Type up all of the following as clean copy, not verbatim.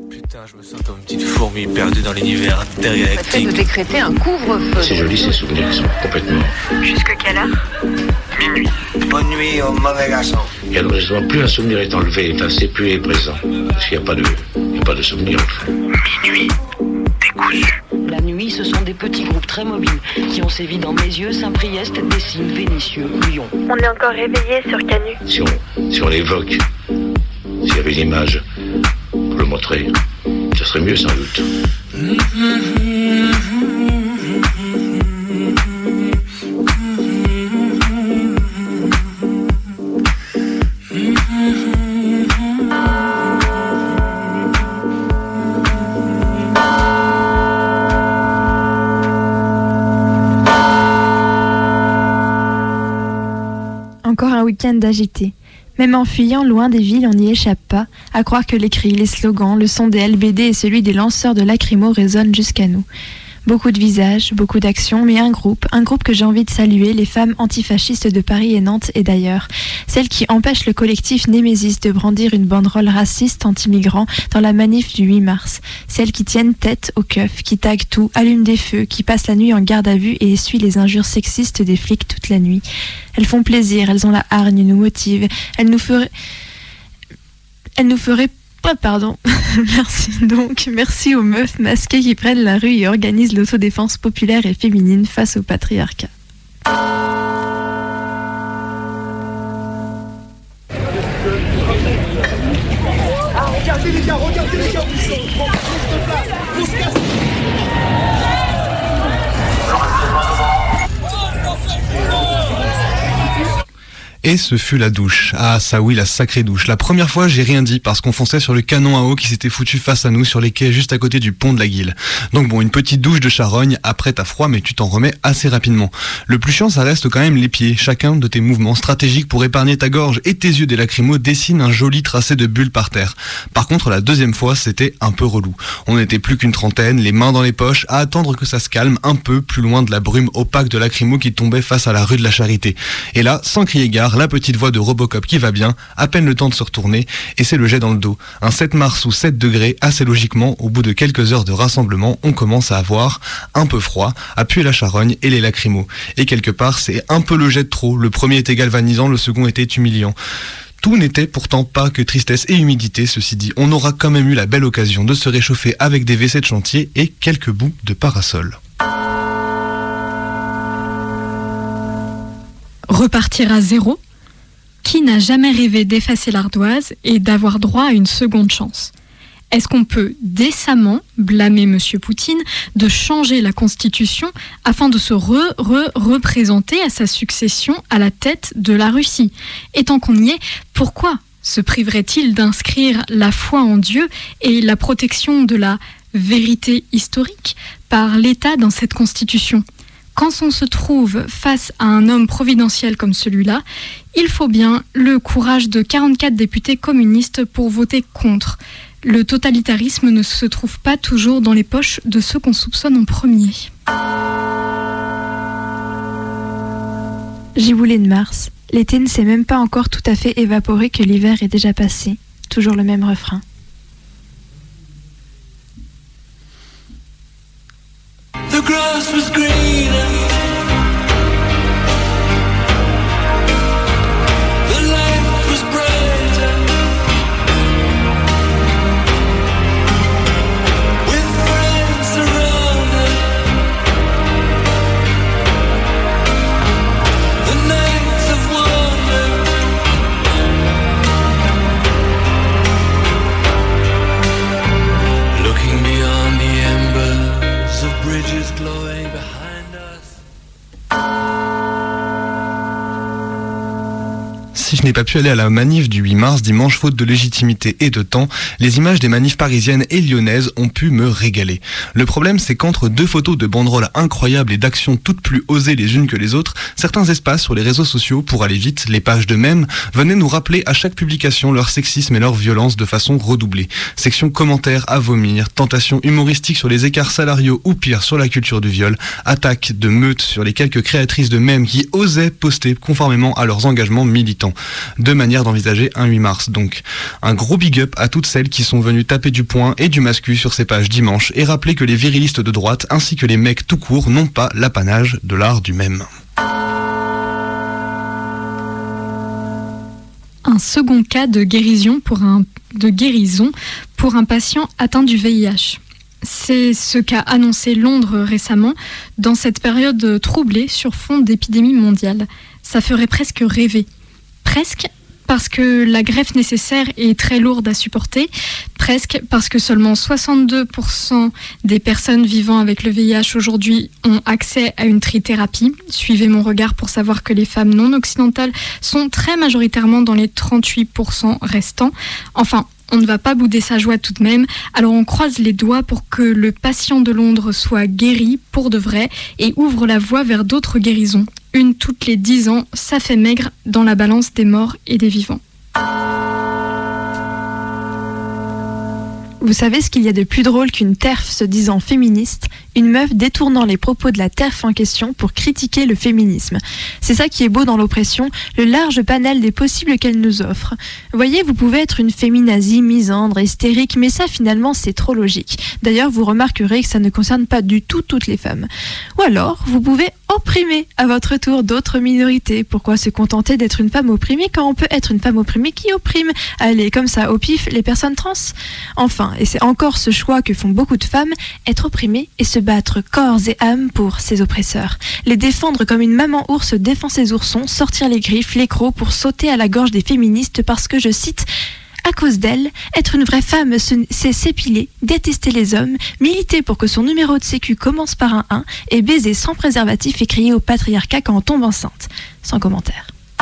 Putain, je me sens comme une petite fourmi perdue dans l'univers intergalactique. Peut-être de décréter un couvre-feu. C'est joli ces souvenirs qui sont complètement... Jusque quelle heure? Minuit. Bonne nuit au mauvais garçon. Et alors justement, plus un souvenir est enlevé, enfin, c'est plus il est présent. Parce qu'il n'y a pas de souvenir en fait. Minuit. Décousu. La nuit, ce sont des petits groupes très mobiles qui ont sévi dans Mézieux, Saint-Priest, Dessines, Vénissieux, Lyon. On est encore réveillé sur Canu. Si on l'évoque, s'il y avait une image pour le montrer, ça serait mieux sans doute. Encore un week-end agité. Même en fuyant loin des villes, on n'y échappe pas, à croire que les cris, les slogans, le son des LBD et celui des lanceurs de lacrymo résonnent jusqu'à nous. Beaucoup de visages, beaucoup d'actions, mais un groupe que j'ai envie de saluer, les femmes antifascistes de Paris et Nantes et d'ailleurs. Celles qui empêchent le collectif Némésis de brandir une banderole raciste anti-migrants dans la manif du 8 mars. Celles qui tiennent tête au keuf, qui taguent tout, allument des feux, qui passent la nuit en garde à vue et essuient les injures sexistes des flics toute la nuit. Elles font plaisir, elles ont la hargne, nous motivent, elles nous feraient... Merci aux meufs masquées qui prennent la rue et organisent l'autodéfense populaire et féminine face au patriarcat. Regardez les gars, on se casse. Et ce fut la douche. Ah ça oui, la sacrée douche. La première fois, j'ai rien dit parce qu'on fonçait sur le canon à eau qui s'était foutu face à nous sur les quais juste à côté du pont de la Guille. Donc bon, une petite douche de charogne, après t'as froid mais tu t'en remets assez rapidement. Le plus chiant, ça reste quand même les pieds. Chacun de tes mouvements stratégiques pour épargner ta gorge et tes yeux des lacrymos dessine un joli tracé de bulles par terre. Par contre, la deuxième fois, c'était un peu relou. On n'était plus qu'une trentaine, les mains dans les poches, à attendre que ça se calme un peu plus loin de la brume opaque de lacrymo qui tombait face à la rue de la Charité. Et là, sans crier gare, la petite voix de Robocop qui va bien, à peine le temps de se retourner, et c'est le jet dans le dos. Un 7 mars ou 7 degrés, assez logiquement, au bout de quelques heures de rassemblement, on commence à avoir un peu froid, à puer la charogne et les lacrymos. Et quelque part, c'est un peu le jet de trop. Le premier était galvanisant, le second était humiliant. Tout n'était pourtant pas que tristesse et humidité, ceci dit. On aura quand même eu la belle occasion de se réchauffer avec des WC de chantier et quelques bouts de parasol. Repartir à zéro ? Qui n'a jamais rêvé d'effacer l'ardoise et d'avoir droit à une seconde chance ? Est-ce qu'on peut décemment blâmer M. Poutine de changer la Constitution afin de se représenter à sa succession à la tête de la Russie ? Et tant qu'on y est, pourquoi se priverait-il d'inscrire la foi en Dieu et la protection de la vérité historique par l'État dans cette Constitution ? Quand on se trouve face à un homme providentiel comme celui-là, il faut bien le courage de 44 députés communistes pour voter contre. Le totalitarisme ne se trouve pas toujours dans les poches de ceux qu'on soupçonne en premier. Giboulée de mars. L'été ne s'est même pas encore tout à fait évaporé que l'hiver est déjà passé. Toujours le même refrain. The grass was greener. The light was brighter. With friends around us. The nights of wonder. Looking beyond the embers of bridges glowing behind us. Si je n'ai pas pu aller à la manif du 8 mars dimanche faute de légitimité et de temps, les images des manifs parisiennes et lyonnaises ont pu me régaler. Le problème, c'est qu'entre deux photos de banderoles incroyables et d'actions toutes plus osées les unes que les autres, certains espaces sur les réseaux sociaux, pour aller vite, les pages de mèmes, venaient nous rappeler à chaque publication leur sexisme et leur violence de façon redoublée. Section commentaires à vomir, tentations humoristiques sur les écarts salariaux ou pire sur la culture du viol, attaques de meutes sur les quelques créatrices de mèmes qui osaient poster conformément à leurs engagements militants. Deux manières d'envisager un 8 mars donc. Un gros big up à toutes celles qui sont venues taper du poing et du mascu sur ces pages dimanche et rappeler que les virilistes de droite ainsi que les mecs tout court n'ont pas l'apanage de l'art du même. Un second cas de guérison pour un patient atteint du VIH. C'est ce qu'a annoncé Londres récemment dans cette période troublée sur fond d'épidémie mondiale. Ça ferait presque rêver. Presque parce que la greffe nécessaire est très lourde à supporter, presque parce que seulement 62% des personnes vivant avec le VIH aujourd'hui ont accès à une trithérapie. Suivez mon regard pour savoir que les femmes non occidentales sont très majoritairement dans les 38% restants. Enfin, on ne va pas bouder sa joie tout de même, alors on croise les doigts pour que le patient de Londres soit guéri pour de vrai et ouvre la voie vers d'autres guérisons. Une toutes les 10 ans, ça fait maigre dans la balance des morts et des vivants. Vous savez ce qu'il y a de plus drôle qu'une TERF se disant féministe, une meuf détournant les propos de la TERF en question pour critiquer le féminisme. C'est ça qui est beau dans l'oppression, le large panel des possibles qu'elle nous offre. Voyez, vous pouvez être une féminazie, misandre, hystérique, mais ça finalement c'est trop logique. D'ailleurs, vous remarquerez que ça ne concerne pas du tout toutes les femmes. Ou alors, vous pouvez opprimer à votre tour d'autres minorités. Pourquoi se contenter d'être une femme opprimée quand on peut être une femme opprimée qui opprime? Allez, comme ça, au pif, les personnes trans. Enfin, et c'est encore ce choix que font beaucoup de femmes, être opprimées et se battre corps et âme pour ses oppresseurs. Les défendre comme une maman ours défend ses oursons, sortir les griffes, les crocs pour sauter à la gorge des féministes parce que, je cite, à cause d'elle, être une vraie femme, c'est s'épiler, détester les hommes, militer pour que son numéro de sécu commence par un 1 et baiser sans préservatif et crier au patriarcat quand on tombe enceinte. Sans commentaire.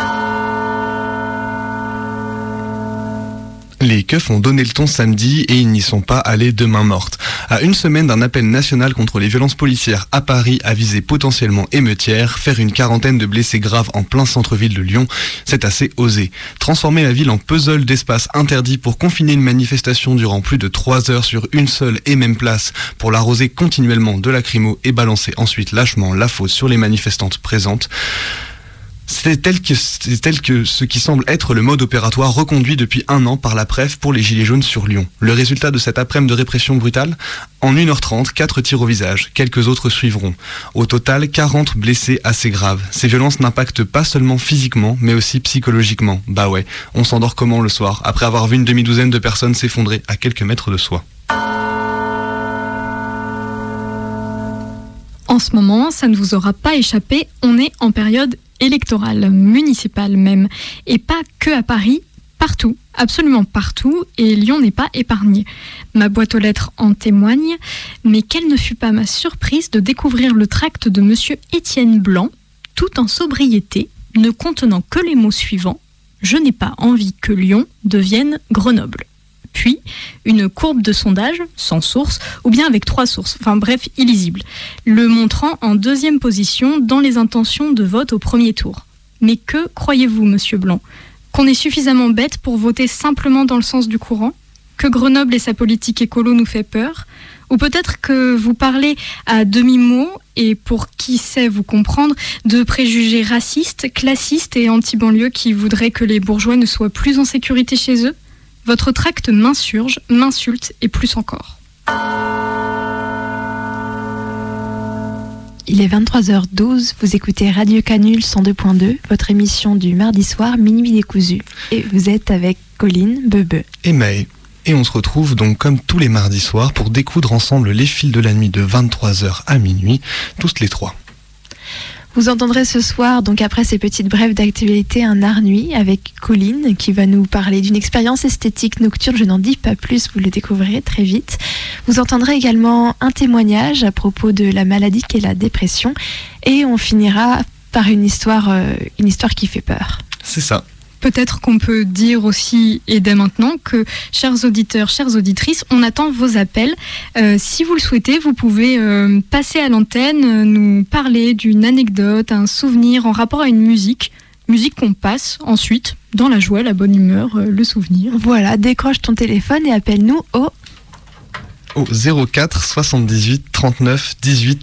Les keufs ont donné le ton samedi et ils n'y sont pas allés de main morte. À une semaine d'un appel national contre les violences policières à Paris à visée potentiellement émeutière, faire une quarantaine de blessés graves en plein centre-ville de Lyon, c'est assez osé. Transformer la ville en puzzle d'espaces interdits pour confiner une manifestation durant plus de 3 heures sur une seule et même place, pour l'arroser continuellement de lacrymo et balancer ensuite lâchement la faute sur les manifestantes présentes. C'est tel que ce qui semble être le mode opératoire reconduit depuis 1 an par la PREF pour les Gilets jaunes sur Lyon. Le résultat de cet après-midi de répression brutale? En 1h30, 4 tirs au visage. Quelques autres suivront. Au total, 40 blessés assez graves. Ces violences n'impactent pas seulement physiquement, mais aussi psychologiquement. Bah ouais, on s'endort comment le soir, après avoir vu une demi-douzaine de personnes s'effondrer à quelques mètres de soi? En ce moment, ça ne vous aura pas échappé, on est en période électorale, municipale même. Et pas que à Paris, partout, absolument partout, et Lyon n'est pas épargné. Ma boîte aux lettres en témoigne, mais quelle ne fut pas ma surprise de découvrir le tract de monsieur Étienne Blanc, tout en sobriété, ne contenant que les mots suivants: « Je n'ai pas envie que Lyon devienne Grenoble ». Puis, une courbe de sondage, sans source, ou bien avec 3 sources, enfin bref, illisible, le montrant en 2e position dans les intentions de vote au premier tour. Mais que croyez-vous, monsieur Blanc? Qu'on est suffisamment bête pour voter simplement dans le sens du courant? Que Grenoble et sa politique écolo nous fait peur? Ou peut-être que vous parlez à demi-mot, et pour qui sait vous comprendre, de préjugés racistes, classistes et anti-banlieue qui voudraient que les bourgeois ne soient plus en sécurité chez eux? Votre tract m'insurge, m'insulte et plus encore. Il est 23h12, vous écoutez Radio Canule 102.2, votre émission du mardi soir, Minuit décousu. Et vous êtes avec Colline, Bebe et May. Et on se retrouve donc comme tous les mardis soirs pour découdre ensemble les fils de la nuit de 23h à minuit, tous les 3. Vous entendrez ce soir, donc après ces petites brèves d'actualité, un art nuit avec Colline qui va nous parler d'une expérience esthétique nocturne. Je n'en dis pas plus, vous le découvrirez très vite. Vous entendrez également un témoignage à propos de la maladie qu'est la dépression. Et on finira par une histoire qui fait peur. C'est ça. Peut-être qu'on peut dire aussi, et dès maintenant, que, chers auditeurs, chères auditrices, on attend vos appels. Si vous le souhaitez, vous pouvez passer à l'antenne, nous parler d'une anecdote, un souvenir en rapport à une musique qu'on passe ensuite dans la joie, la bonne humeur, le souvenir. Voilà, décroche ton téléphone et appelle-nous au 04 78 39 18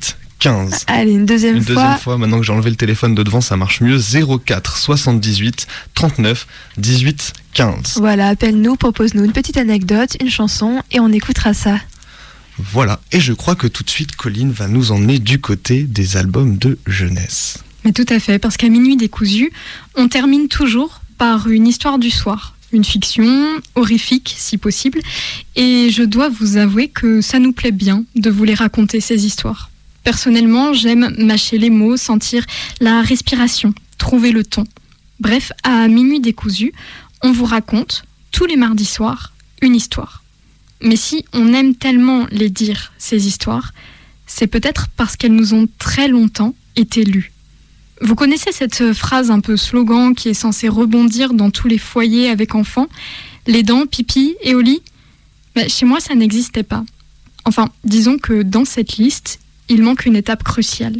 15. Allez, une deuxième fois. Maintenant que j'ai enlevé le téléphone de devant, ça marche mieux. 04 78 39 18 15. Voilà, appelle-nous, propose-nous une petite anecdote, une chanson, et on écoutera ça. Voilà, et je crois que tout de suite, Colline va nous emmener du côté des albums de jeunesse. Mais tout à fait, parce qu'à Minuit décousu, on termine toujours par une histoire du soir. Une fiction, horrifique si possible, et je dois vous avouer que ça nous plaît bien de vous les raconter, ces histoires. Personnellement, j'aime mâcher les mots, sentir la respiration, trouver le ton. Bref, à Minuit décousu, on vous raconte, tous les mardis soirs, une histoire. Mais si on aime tellement les dire, ces histoires, c'est peut-être parce qu'elles nous ont très longtemps été lues. Vous connaissez cette phrase un peu slogan qui est censée rebondir dans tous les foyers avec enfants, les dents, pipi et au lit? Mais chez moi, ça n'existait pas. Enfin, disons que dans cette liste, il manque une étape cruciale.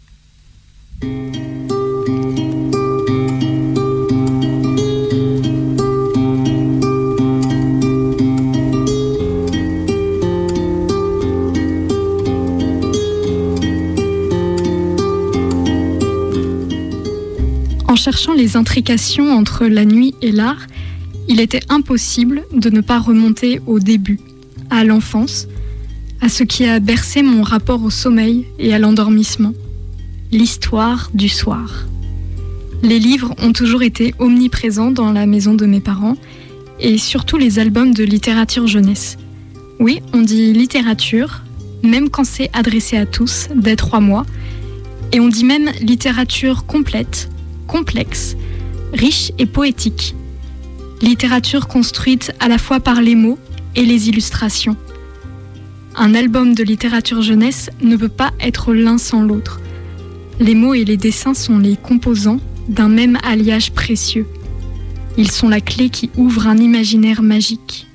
En cherchant les intrications entre la nuit et l'art, il était impossible de ne pas remonter au début, à l'enfance, à ce qui a bercé mon rapport au sommeil et à l'endormissement, l'histoire du soir. Les livres ont toujours été omniprésents dans la maison de mes parents, et surtout les albums de littérature jeunesse. Oui, on dit littérature, même quand c'est adressé à tous, dès 3 mois, et on dit même littérature complète, complexe, riche et poétique. Littérature construite à la fois par les mots et les illustrations. Un album de littérature jeunesse ne peut pas être l'un sans l'autre. Les mots et les dessins sont les composants d'un même alliage précieux. Ils sont la clé qui ouvre un imaginaire magique.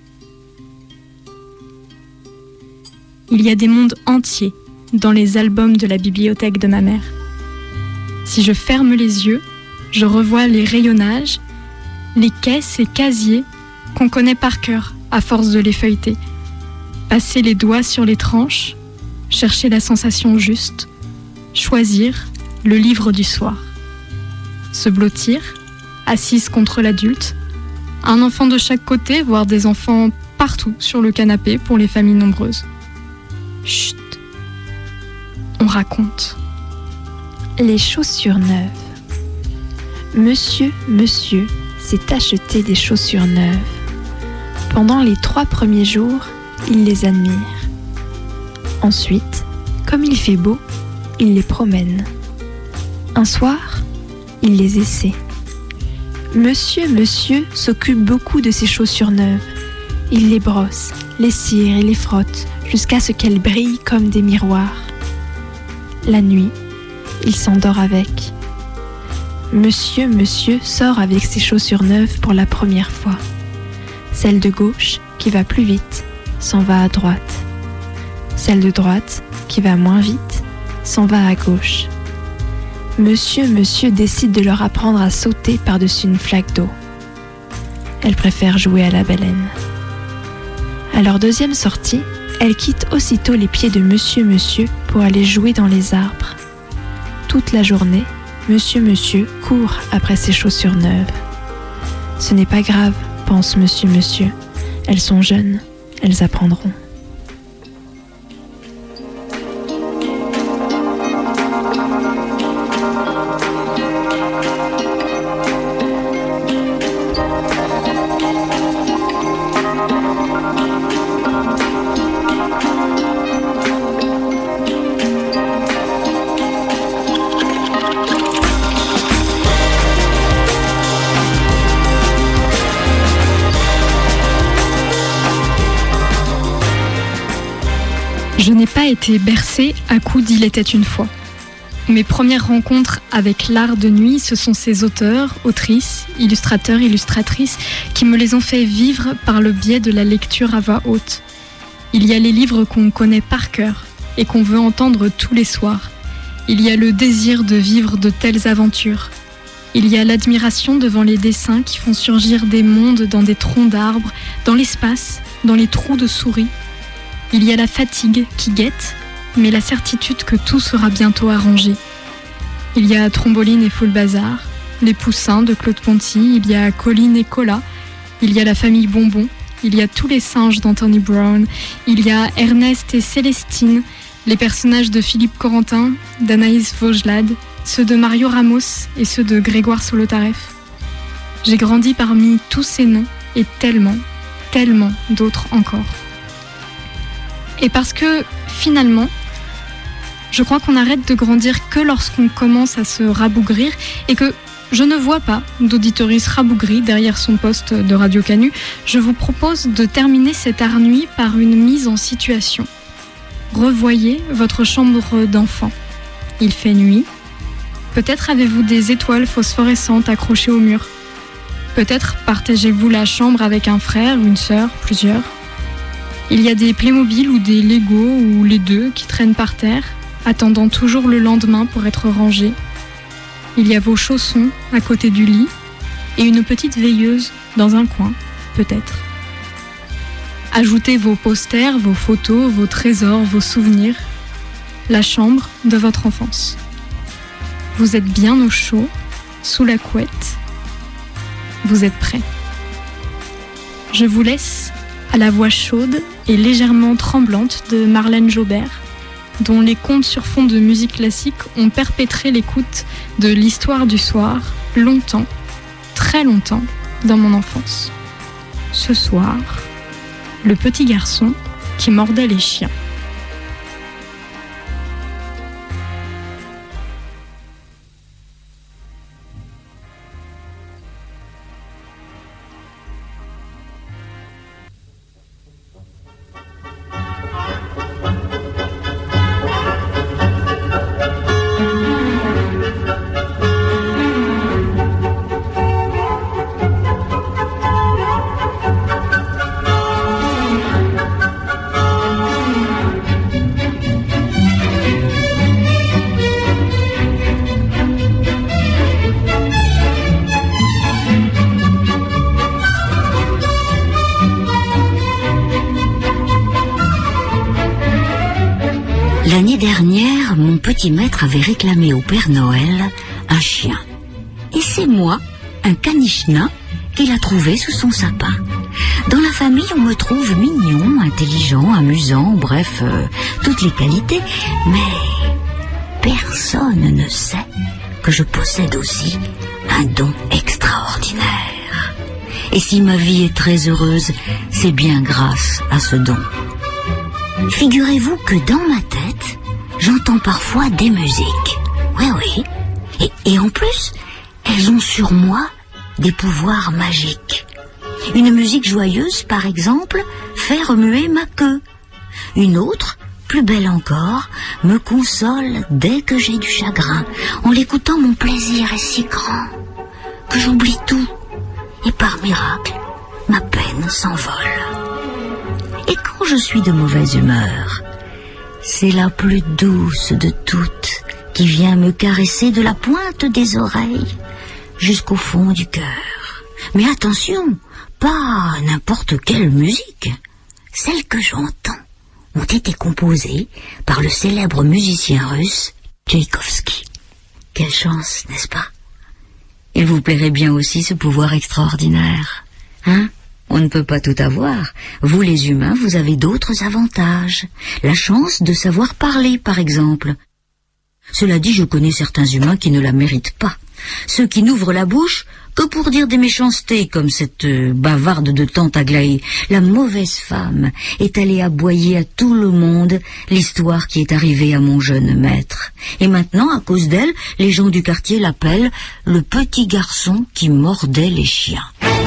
Il y a des mondes entiers dans les albums de la bibliothèque de ma mère. Si je ferme les yeux, je revois les rayonnages, les caisses et casiers qu'on connaît par cœur à force de les feuilleter. Passer les doigts sur les tranches, chercher la sensation juste, choisir le livre du soir. Se blottir, assise contre l'adulte, un enfant de chaque côté, voire des enfants partout sur le canapé pour les familles nombreuses. Chut, on raconte. Les chaussures neuves. Monsieur s'est acheté des chaussures neuves. Pendant les 3 premiers jours, il les admire. Ensuite, comme il fait beau, il les promène. Un soir, il les essaie. Monsieur s'occupe beaucoup de ses chaussures neuves. Il les brosse, les cire et les frotte jusqu'à ce qu'elles brillent comme des miroirs. La nuit, il s'endort avec. Monsieur sort avec ses chaussures neuves pour la première fois. Celle de gauche, qui va plus vite, s'en va à droite. Celle de droite, qui va moins vite, s'en va à gauche. Monsieur décide de leur apprendre à sauter par-dessus une flaque d'eau. Elle préfère jouer à la baleine. À leur deuxième sortie, elle quitte aussitôt les pieds de Monsieur pour aller jouer dans les arbres. Toute la journée, Monsieur court après ses chaussures neuves. Ce n'est pas grave, pense Monsieur. Elles sont jeunes, elles apprendront. Je n'ai pas été bercée à coups d'Il était une fois. Mes premières rencontres avec l'art de nuit, ce sont ces auteurs, autrices, illustrateurs, illustratrices qui me les ont fait vivre par le biais de la lecture à voix haute. Il y a les livres qu'on connaît par cœur et qu'on veut entendre tous les soirs. Il y a le désir de vivre de telles aventures. Il y a l'admiration devant les dessins qui font surgir des mondes dans des troncs d'arbres, dans l'espace, dans les trous de souris. Il y a la fatigue qui guette mais la certitude que tout sera bientôt arrangé. Il y a Tromboline et Foule Bazar, Les Poussins de Claude Ponty, il y a Colline et Cola, il y a la famille Bonbon, il y a tous les singes d'Anthony Brown, il y a Ernest et Célestine, les personnages de Philippe Corentin, d'Anaïs Vaugelade, ceux de Mario Ramos et ceux de Grégoire Solotareff. J'ai grandi parmi tous ces noms et tellement, tellement d'autres encore. Et parce que, finalement, je crois qu'on arrête de grandir que lorsqu'on commence à se rabougrir et que je ne vois pas d'auditoris rabougrie derrière son poste de Radio Canu. Je vous propose de terminer cette art nuit par une mise en situation. Revoyez votre chambre d'enfant. Il fait nuit. Peut-être avez-vous des étoiles phosphorescentes accrochées au mur. Peut-être partagez-vous la chambre avec un frère, une sœur, plusieurs. Il y a des Playmobil ou des Lego ou les deux qui traînent par terre, attendant toujours le lendemain pour être rangés. Il y a vos chaussons à côté du lit et une petite veilleuse dans un coin, peut-être. Ajoutez vos posters, vos photos, vos trésors, vos souvenirs. La chambre de votre enfance. Vous êtes bien au chaud, sous la couette. Vous êtes prêts. Je vous laisse à la voix chaude et légèrement tremblante de Marlène Jobert, dont les contes sur fond de musique classique ont perpétré l'écoute de l'histoire du soir longtemps, très longtemps, dans mon enfance. Ce soir, le petit garçon qui mordait les chiens. L'année dernière, mon petit maître avait réclamé au Père Noël un chien. Et c'est moi, un caniche nain, qu'il a trouvé sous son sapin. Dans la famille, on me trouve mignon, intelligent, amusant, bref, toutes les qualités. Mais personne ne sait que je possède aussi un don extraordinaire. Et si ma vie est très heureuse, c'est bien grâce à ce don. Figurez-vous que dans ma tête, j'entends parfois des musiques. Oui. Et en plus, elles ont sur moi des pouvoirs magiques. Une musique joyeuse, par exemple, fait remuer ma queue. Une autre, plus belle encore, me console dès que j'ai du chagrin. En l'écoutant, mon plaisir est si grand que j'oublie tout. Et par miracle, ma peine s'envole. Et quand je suis de mauvaise humeur, c'est la plus douce de toutes qui vient me caresser de la pointe des oreilles jusqu'au fond du cœur. Mais attention, pas n'importe quelle musique. Celles que j'entends ont été composées par le célèbre musicien russe Tchaïkovski. Quelle chance, n'est-ce pas? Il vous plairait bien aussi ce pouvoir extraordinaire, hein? On ne peut pas tout avoir. Vous, les humains, vous avez d'autres avantages. La chance de savoir parler, par exemple. Cela dit, je connais certains humains qui ne la méritent pas. Ceux qui n'ouvrent la bouche que pour dire des méchancetés, comme cette bavarde de tante Aglaé. La mauvaise femme est allée aboyer à tout le monde l'histoire qui est arrivée à mon jeune maître. Et maintenant, à cause d'elle, les gens du quartier l'appellent le petit garçon qui mordait les chiens.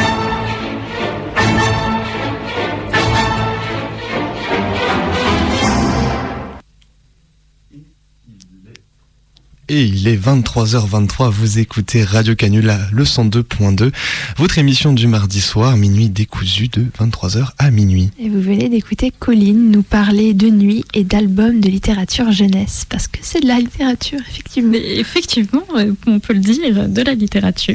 Et il est 23h23, vous écoutez Radio Canu, le 102.2, votre émission du mardi soir, minuit décousu de 23h à minuit. Et vous venez d'écouter Colline nous parler de nuit et d'albums de littérature jeunesse, parce que c'est de la littérature, effectivement. Mais effectivement, on peut le dire, de la littérature.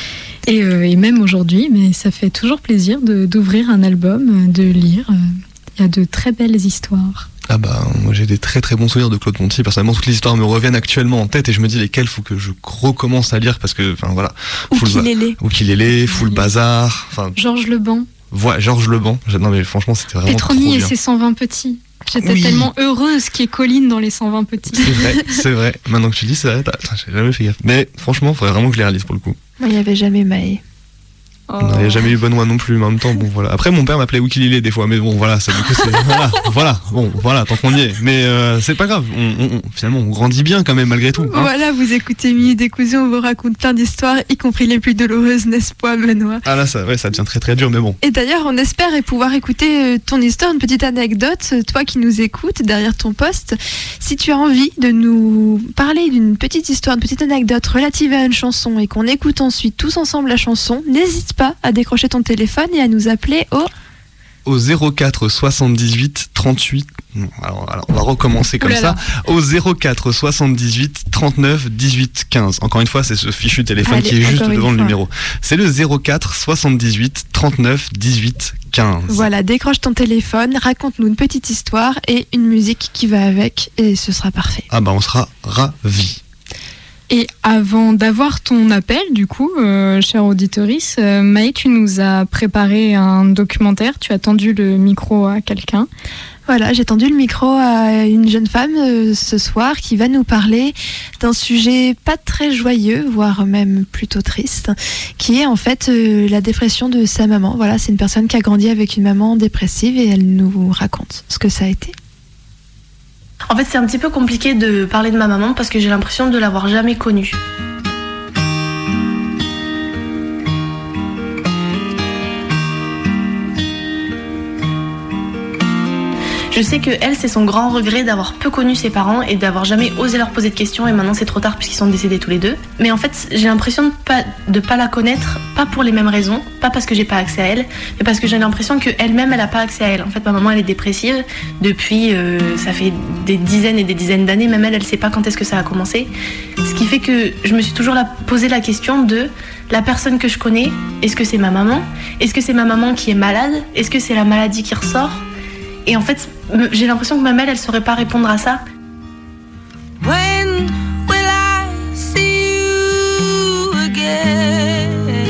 Et même aujourd'hui, mais ça fait toujours plaisir d'ouvrir un album, de lire Il y a de très belles histoires. Ah bah, moi j'ai des très très bons souvenirs de Claude Ponty. Personnellement, toutes les histoires me reviennent actuellement en tête et je me dis lesquelles faut que je recommence à lire parce que, enfin voilà. Ukulélé, Full Bazar. Georges Leban. Ouais, Georges Leban. Non mais franchement, c'était vraiment trop Petroni bien. et ses 120 petits. J'étais tellement heureuse qu'il y ait Colline dans les 120 petits. C'est vrai. Maintenant que tu dis ça, j'ai jamais fait gaffe. Mais franchement, il faudrait vraiment que je les relise pour le coup. Moi, il n'y avait jamais Maë. Il n'y a jamais eu Benoît non plus, mais en même temps, bon voilà. Après, mon père m'appelait Ukulélé des fois, mais bon voilà, ça, du coup, c'est voilà, tant qu'on y est. Mais c'est pas grave. Finalement, on grandit bien quand même malgré tout. Hein. Voilà, vous écoutez Minute Décousu, on vous raconte plein d'histoires, y compris les plus douloureuses, n'est-ce pas, Benoît? Ah là, ça devient très très dur, mais bon. Et d'ailleurs, on espère pouvoir écouter ton histoire, une petite anecdote, toi qui nous écoutes derrière ton poste. Si tu as envie de nous parler d'une petite histoire, une petite anecdote relative à une chanson et qu'on écoute ensuite tous ensemble la chanson, n'hésite pas à décrocher ton téléphone et à nous appeler au 04 78 38. Alors on va recommencer comme ça. Au 04 78 39 18 15. Encore une fois, c'est ce fichu téléphone qui est juste devant le numéro. C'est le 04 78 39 18 15. Voilà, décroche ton téléphone, raconte-nous une petite histoire et une musique qui va avec et ce sera parfait. Ah bah on sera ravis. Et avant d'avoir ton appel, du coup, chère auditorice, Maë, tu nous as préparé un documentaire, tu as tendu le micro à quelqu'un. Voilà, j'ai tendu le micro à une jeune femme ce soir qui va nous parler d'un sujet pas très joyeux, voire même plutôt triste, qui est en fait la dépression de sa maman. Voilà, c'est une personne qui a grandi avec une maman dépressive et elle nous raconte ce que ça a été. En fait, c'est un petit peu compliqué de parler de ma maman parce que j'ai l'impression de l'avoir jamais connue. Je sais que elle, c'est son grand regret d'avoir peu connu ses parents et d'avoir jamais osé leur poser de questions, et maintenant c'est trop tard puisqu'ils sont décédés tous les deux. Mais en fait, j'ai l'impression de pas la connaître, pas pour les mêmes raisons, pas parce que j'ai pas accès à elle, mais parce que j'ai l'impression qu'elle-même, elle a pas accès à elle. En fait, ma maman, elle est dépressive depuis, ça fait des dizaines et des dizaines d'années, même elle sait pas quand est-ce que ça a commencé. Ce qui fait que je me suis toujours posé la question de la personne que je connais, est-ce que c'est ma maman? Est-ce que c'est ma maman qui est malade? Est-ce que c'est la maladie qui ressort? Et en fait, j'ai l'impression que ma mère, elle saurait pas répondre à ça. When will I see you again?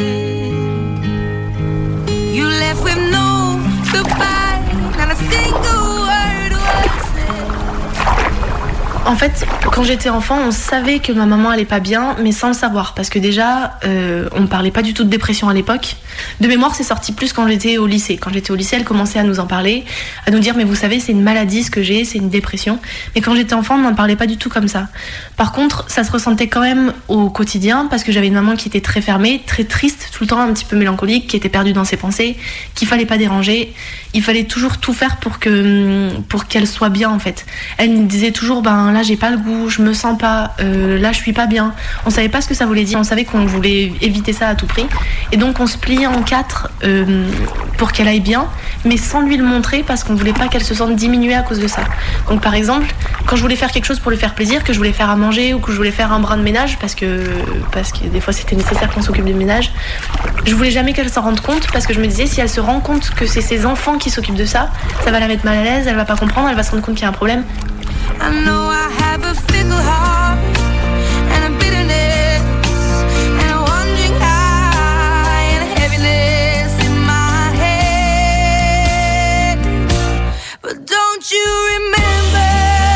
You left with no goodbye, not a single word was said. En fait, quand j'étais enfant, on savait que ma maman allait pas bien, mais sans le savoir, parce que déjà, on parlait pas du tout de dépression à l'époque. De mémoire, c'est sorti plus quand j'étais au lycée. Quand j'étais au lycée, elle commençait à nous en parler, à nous dire, mais vous savez, c'est une maladie ce que j'ai, c'est une dépression. Mais quand j'étais enfant, on n'en parlait pas du tout comme ça. Par contre, ça se ressentait quand même au quotidien, parce que j'avais une maman qui était très fermée, très triste, tout le temps un petit peu mélancolique, qui était perdue dans ses pensées, qu'il fallait pas déranger. Il fallait toujours tout faire pour qu'elle soit bien, en fait. Elle me disait toujours, ben là, j'ai pas le goût, je me sens pas, là, je suis pas bien. On savait pas ce que ça voulait dire, on savait qu'on voulait éviter ça à tout prix. Et donc, on se pliait en quatre pour qu'elle aille bien, mais sans lui le montrer parce qu'on voulait pas qu'elle se sente diminuée à cause de ça. Donc par exemple, quand je voulais faire quelque chose pour lui faire plaisir, que je voulais faire à manger ou que je voulais faire un brin de ménage parce que des fois c'était nécessaire qu'on s'occupe du ménage, je voulais jamais qu'elle s'en rende compte parce que je me disais si elle se rend compte que c'est ses enfants qui s'occupent de ça, ça va la mettre mal à l'aise, elle va pas comprendre, elle va se rendre compte qu'il y a un problème. I know I have a fickle heart and a bitterness and a wandering eye and a heaviness in my head. But don't you remember?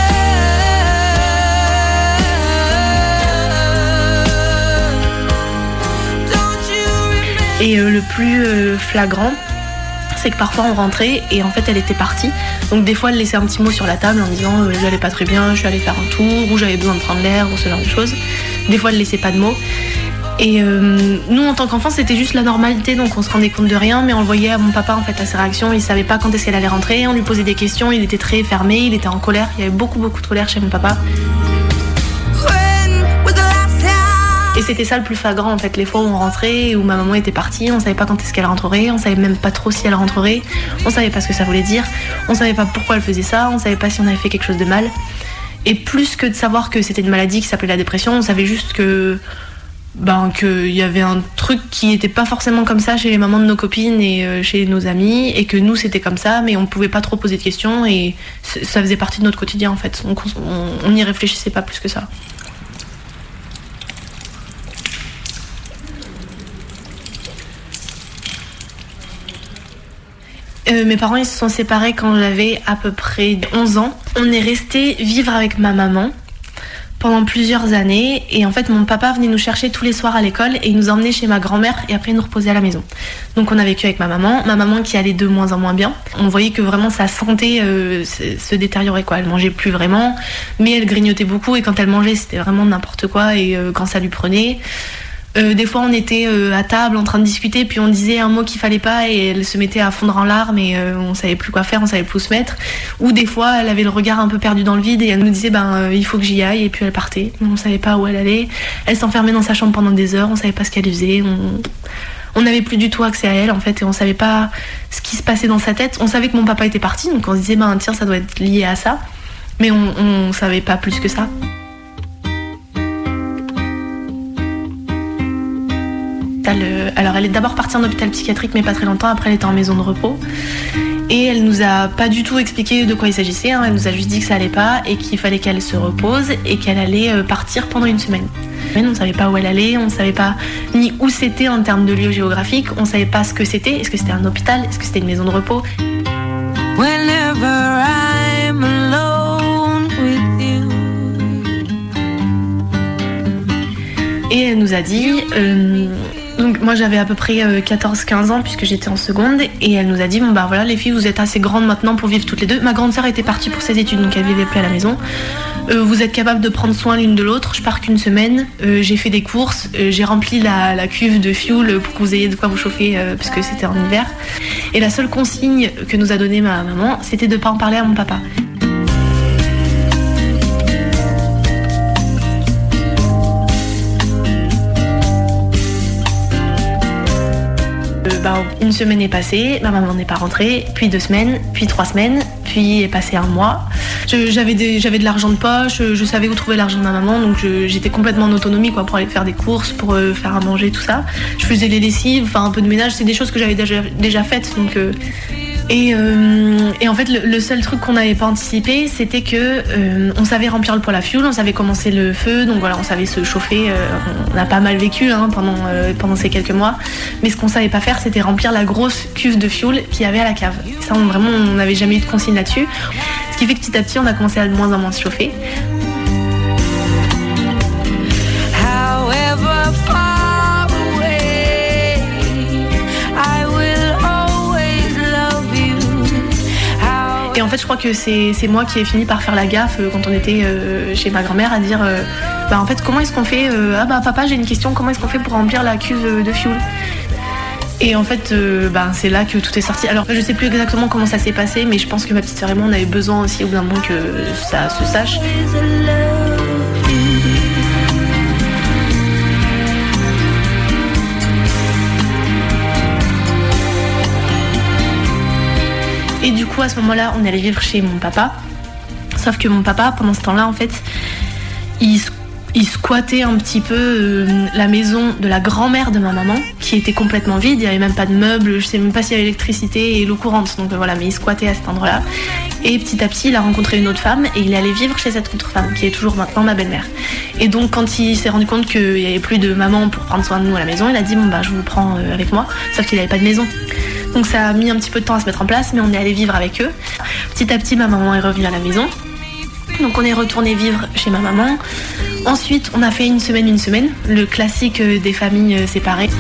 Don't you remember? Et le plus flagrant, c'est que parfois on rentrait et en fait elle était partie. Donc des fois elle laissait un petit mot sur la table en disant j'allais pas très bien, je suis allée faire un tour, ou j'avais besoin de prendre l'air, ou ce genre de choses. Des fois elle laissait pas de mots. Et nous en tant qu'enfants c'était juste la normalité, donc on se rendait compte de rien, mais on le voyait à mon papa en fait à ses réactions, il savait pas quand est-ce qu'elle allait rentrer, on lui posait des questions, il était très fermé, il était en colère, il y avait beaucoup de colère chez mon papa. Et c'était ça le plus flagrant en fait, les fois où on rentrait, où ma maman était partie, on savait pas quand est-ce qu'elle rentrerait, on savait même pas trop si elle rentrerait, on savait pas ce que ça voulait dire, on savait pas pourquoi elle faisait ça, on savait pas si on avait fait quelque chose de mal. Et plus que de savoir que c'était une maladie qui s'appelait la dépression, on savait juste que qu'il y avait un truc qui était pas forcément comme ça chez les mamans de nos copines et chez nos amis, et que nous c'était comme ça, mais on pouvait pas trop poser de questions et ça faisait partie de notre quotidien en fait. Donc on n'y réfléchissait pas plus que ça. Mes parents ils se sont séparés quand j'avais à peu près 11 ans. On est resté vivre avec ma maman pendant plusieurs années, et en fait mon papa venait nous chercher tous les soirs à l'école et il nous emmenait chez ma grand-mère et après il nous reposait à la maison. Donc on a vécu avec ma maman qui allait de moins en moins bien. On voyait que vraiment sa santé se détériorait quoi. Elle mangeait plus vraiment, mais elle grignotait beaucoup et quand elle mangeait c'était vraiment n'importe quoi, et quand ça lui prenait. Des fois on était à table en train de discuter, puis on disait un mot qu'il fallait pas et elle se mettait à fondre en larmes et on savait plus quoi faire, on savait plus où se mettre. Ou des fois elle avait le regard un peu perdu dans le vide et elle nous disait il faut que j'y aille, et puis elle partait. On savait pas où elle allait. Elle s'enfermait dans sa chambre pendant des heures, on savait pas ce qu'elle faisait. On n'avait plus du tout accès à elle en fait, et on savait pas ce qui se passait dans sa tête. On savait que mon papa était parti, donc on se disait tiens ça doit être lié à ça, mais on savait pas plus que ça. Alors elle est d'abord partie en hôpital psychiatrique, mais pas très longtemps après elle était en maison de repos, et elle nous a pas du tout expliqué de quoi il s'agissait, hein. Elle nous a juste dit que ça allait pas et qu'il fallait qu'elle se repose et qu'elle allait partir pendant une semaine. On savait pas où elle allait, on savait pas ni où c'était en termes de lieu géographique, on savait pas ce que c'était, est-ce que c'était un hôpital, est-ce que c'était une maison de repos. Whenever I'm alone with you. Et elle nous a dit donc moi j'avais à peu près 14-15 ans puisque j'étais en seconde, et elle nous a dit voilà les filles vous êtes assez grandes maintenant pour vivre toutes les deux. Ma grande sœur était partie pour ses études donc elle vivait plus à la maison. Vous êtes capables de prendre soin l'une de l'autre, je pars qu'une semaine, j'ai fait des courses, j'ai rempli la cuve de fuel pour que vous ayez de quoi vous chauffer puisque c'était en hiver. Et la seule consigne que nous a donnée ma maman, c'était de pas en parler à mon papa. Une semaine est passée, ma maman n'est pas rentrée, puis 2 semaines, puis 3 semaines, puis est passé 1 mois. J'avais de l'argent de poche, je savais où trouver l'argent de ma maman, donc j'étais complètement en autonomie pour aller faire des courses, pour faire à manger, tout ça. Je faisais les lessives, un peu de ménage, c'est des choses que j'avais déjà faites, donc... Et en fait le seul truc qu'on n'avait pas anticipé, c'était que on savait remplir le poêle à fioul, on savait commencer le feu, donc voilà, on savait se chauffer. On a pas mal vécu pendant ces quelques mois, mais ce qu'on savait pas faire, c'était remplir la grosse cuve de fioul qu'il y avait à la cave. Ça on n'avait jamais eu de consigne là-dessus, ce qui fait que petit à petit on a commencé à de moins en moins se chauffer. Et en fait, je crois que c'est moi qui ai fini par faire la gaffe quand on était chez ma grand-mère à dire en fait, comment est-ce qu'on fait papa, j'ai une question, comment est-ce qu'on fait pour remplir la cuve de fioul? Et en fait, c'est là que tout est sorti. Alors, je sais plus exactement comment ça s'est passé, mais je pense que ma petite sœur et moi, on avait besoin aussi au bout d'un moment que ça se sache. Et du coup, à ce moment-là, on allait vivre chez mon papa. Sauf que mon papa, pendant ce temps-là, en fait, il squattait un petit peu la maison de la grand-mère de ma maman, qui était complètement vide. Il n'y avait même pas de meubles, je sais même pas s'il y avait l'électricité et l'eau courante. Donc voilà, mais il squattait à cet endroit-là. Et petit à petit, il a rencontré une autre femme et il est allé vivre chez cette autre femme, qui est toujours maintenant ma belle-mère. Et donc, quand il s'est rendu compte qu'il n'y avait plus de maman pour prendre soin de nous à la maison, il a dit je vous prends avec moi. Sauf qu'il n'avait pas de maison. Donc ça a mis un petit peu de temps à se mettre en place, mais on est allé vivre avec eux. Petit à petit, ma maman est revenue à la maison. Donc on est retourné vivre chez ma maman. Ensuite, on a fait une semaine, le classique des familles séparées.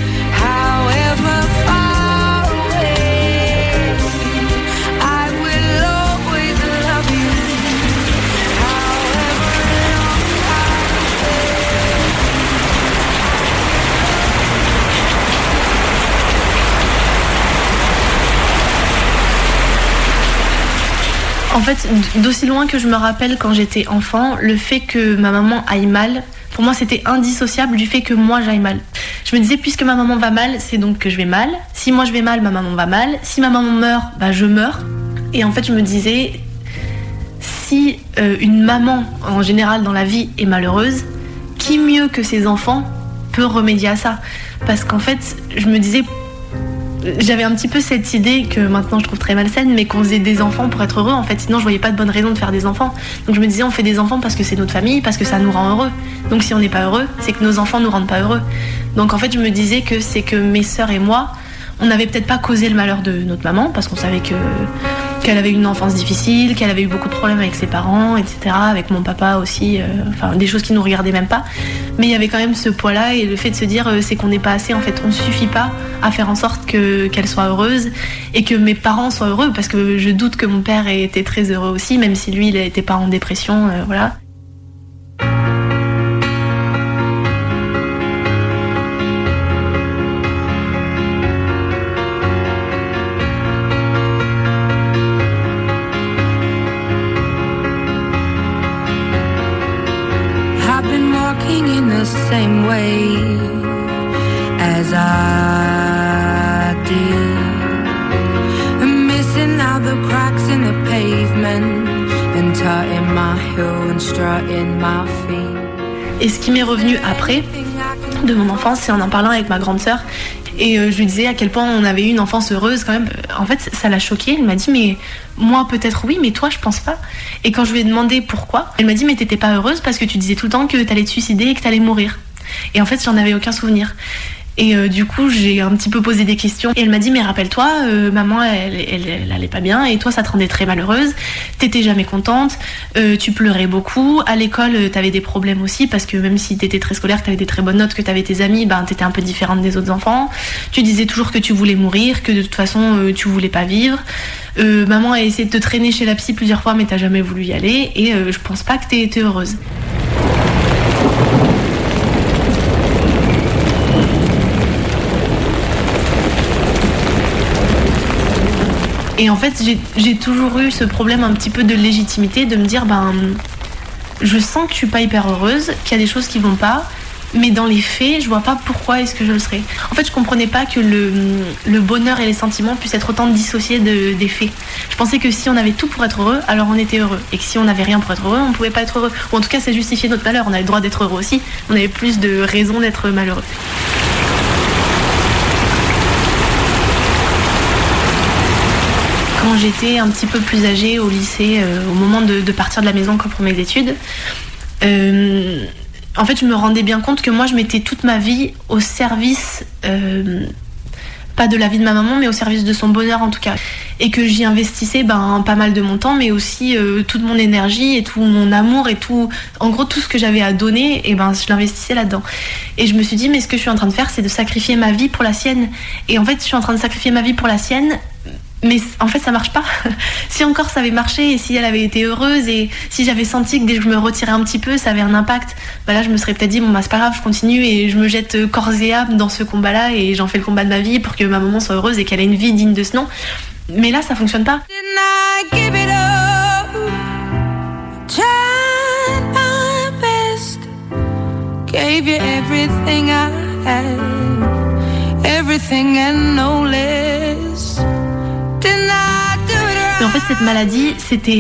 En fait, d'aussi loin que je me rappelle quand j'étais enfant, le fait que ma maman aille mal, pour moi c'était indissociable du fait que moi j'aille mal. Je me disais, puisque ma maman va mal, c'est donc que je vais mal. Si moi je vais mal, ma maman va mal. Si ma maman meurt, je meurs. Et en fait je me disais, si une maman en général dans la vie est malheureuse, qui mieux que ses enfants peut remédier à ça. Parce qu'en fait, je me disais, j'avais un petit peu cette idée que maintenant je trouve très malsaine, mais qu'on faisait des enfants pour être heureux. En fait, sinon je voyais pas de bonne raison de faire des enfants. Donc je me disais, on fait des enfants parce que c'est notre famille, parce que ça nous rend heureux. Donc si on n'est pas heureux, c'est que nos enfants nous rendent pas heureux. Donc en fait, je me disais que c'est que mes sœurs et moi, on n'avait peut-être pas causé le malheur de notre maman, parce qu'on savait qu'elle avait une enfance difficile, qu'elle avait eu beaucoup de problèmes avec ses parents, etc., avec mon papa aussi, enfin des choses qui nous regardaient même pas. Mais il y avait quand même ce poids-là, et le fait de se dire c'est qu'on n'est pas assez, en fait, on ne suffit pas à faire en sorte qu'elle soit heureuse et que mes parents soient heureux, parce que je doute que mon père ait été très heureux aussi, même si lui il n'était pas en dépression, voilà. Same way as I did, missing out the cracks in the pavement and tutting my heel and strutting my feet. Et ce qui m'est revenu après de mon enfance, c'est en parlant avec ma grande sœur. Et je lui disais à quel point on avait eu une enfance heureuse quand même. En fait, ça l'a choquée. Elle m'a dit, mais moi peut-être oui, mais toi je pense pas. Et quand je lui ai demandé pourquoi, elle m'a dit, mais t'étais pas heureuse parce que tu disais tout le temps que t'allais te suicider et que t'allais mourir. Et en fait, j'en avais aucun souvenir. Et du coup, j'ai un petit peu posé des questions. Et elle m'a dit, mais rappelle-toi, maman, elle allait pas bien. Et toi, ça te rendait très malheureuse. T'étais jamais contente. Tu pleurais beaucoup. À l'école, t'avais des problèmes aussi. Parce que même si t'étais très scolaire, que t'avais des très bonnes notes, que t'avais tes amis, ben, t'étais un peu différente des autres enfants. Tu disais toujours que tu voulais mourir, que de toute façon, tu voulais pas vivre. Maman a essayé de te traîner chez la psy plusieurs fois, mais t'as jamais voulu y aller. Et je pense pas que t'aies été heureuse. Et en fait, j'ai toujours eu ce problème un petit peu de légitimité, de me dire, ben, je sens que je suis pas hyper heureuse, qu'il y a des choses qui vont pas, mais dans les faits, je vois pas pourquoi est-ce que je le serais. En fait, je comprenais pas que le bonheur et les sentiments puissent être autant dissociés des faits. Je pensais que si on avait tout pour être heureux, alors on était heureux. Et que si on n'avait rien pour être heureux, on pouvait pas être heureux. Ou en tout cas, ça justifiait notre malheur. On avait le droit d'être heureux aussi. On avait plus de raisons d'être malheureux. Quand j'étais un petit peu plus âgée au lycée, au moment de partir de la maison pour mes études, en fait je me rendais bien compte que moi je mettais toute ma vie au service, pas de la vie de ma maman, mais au service de son bonheur en tout cas. Et que j'y investissais pas mal de mon temps, mais aussi toute mon énergie et tout mon amour et tout, en gros tout ce que j'avais à donner, et je l'investissais là-dedans. Et je me suis dit, mais ce que je suis en train de faire, c'est de sacrifier ma vie pour la sienne. Et en fait je suis en train de sacrifier ma vie pour la sienne, mais en fait ça marche pas. Si encore ça avait marché et si elle avait été heureuse et si j'avais senti que dès que je me retirais un petit peu ça avait un impact, là je me serais peut-être dit bon c'est pas grave, je continue et je me jette corps et âme dans ce combat là et j'en fais le combat de ma vie pour que ma maman soit heureuse et qu'elle ait une vie digne de ce nom. Mais là ça fonctionne pas. Gave you everything I had, everything and no less. Mais en fait cette maladie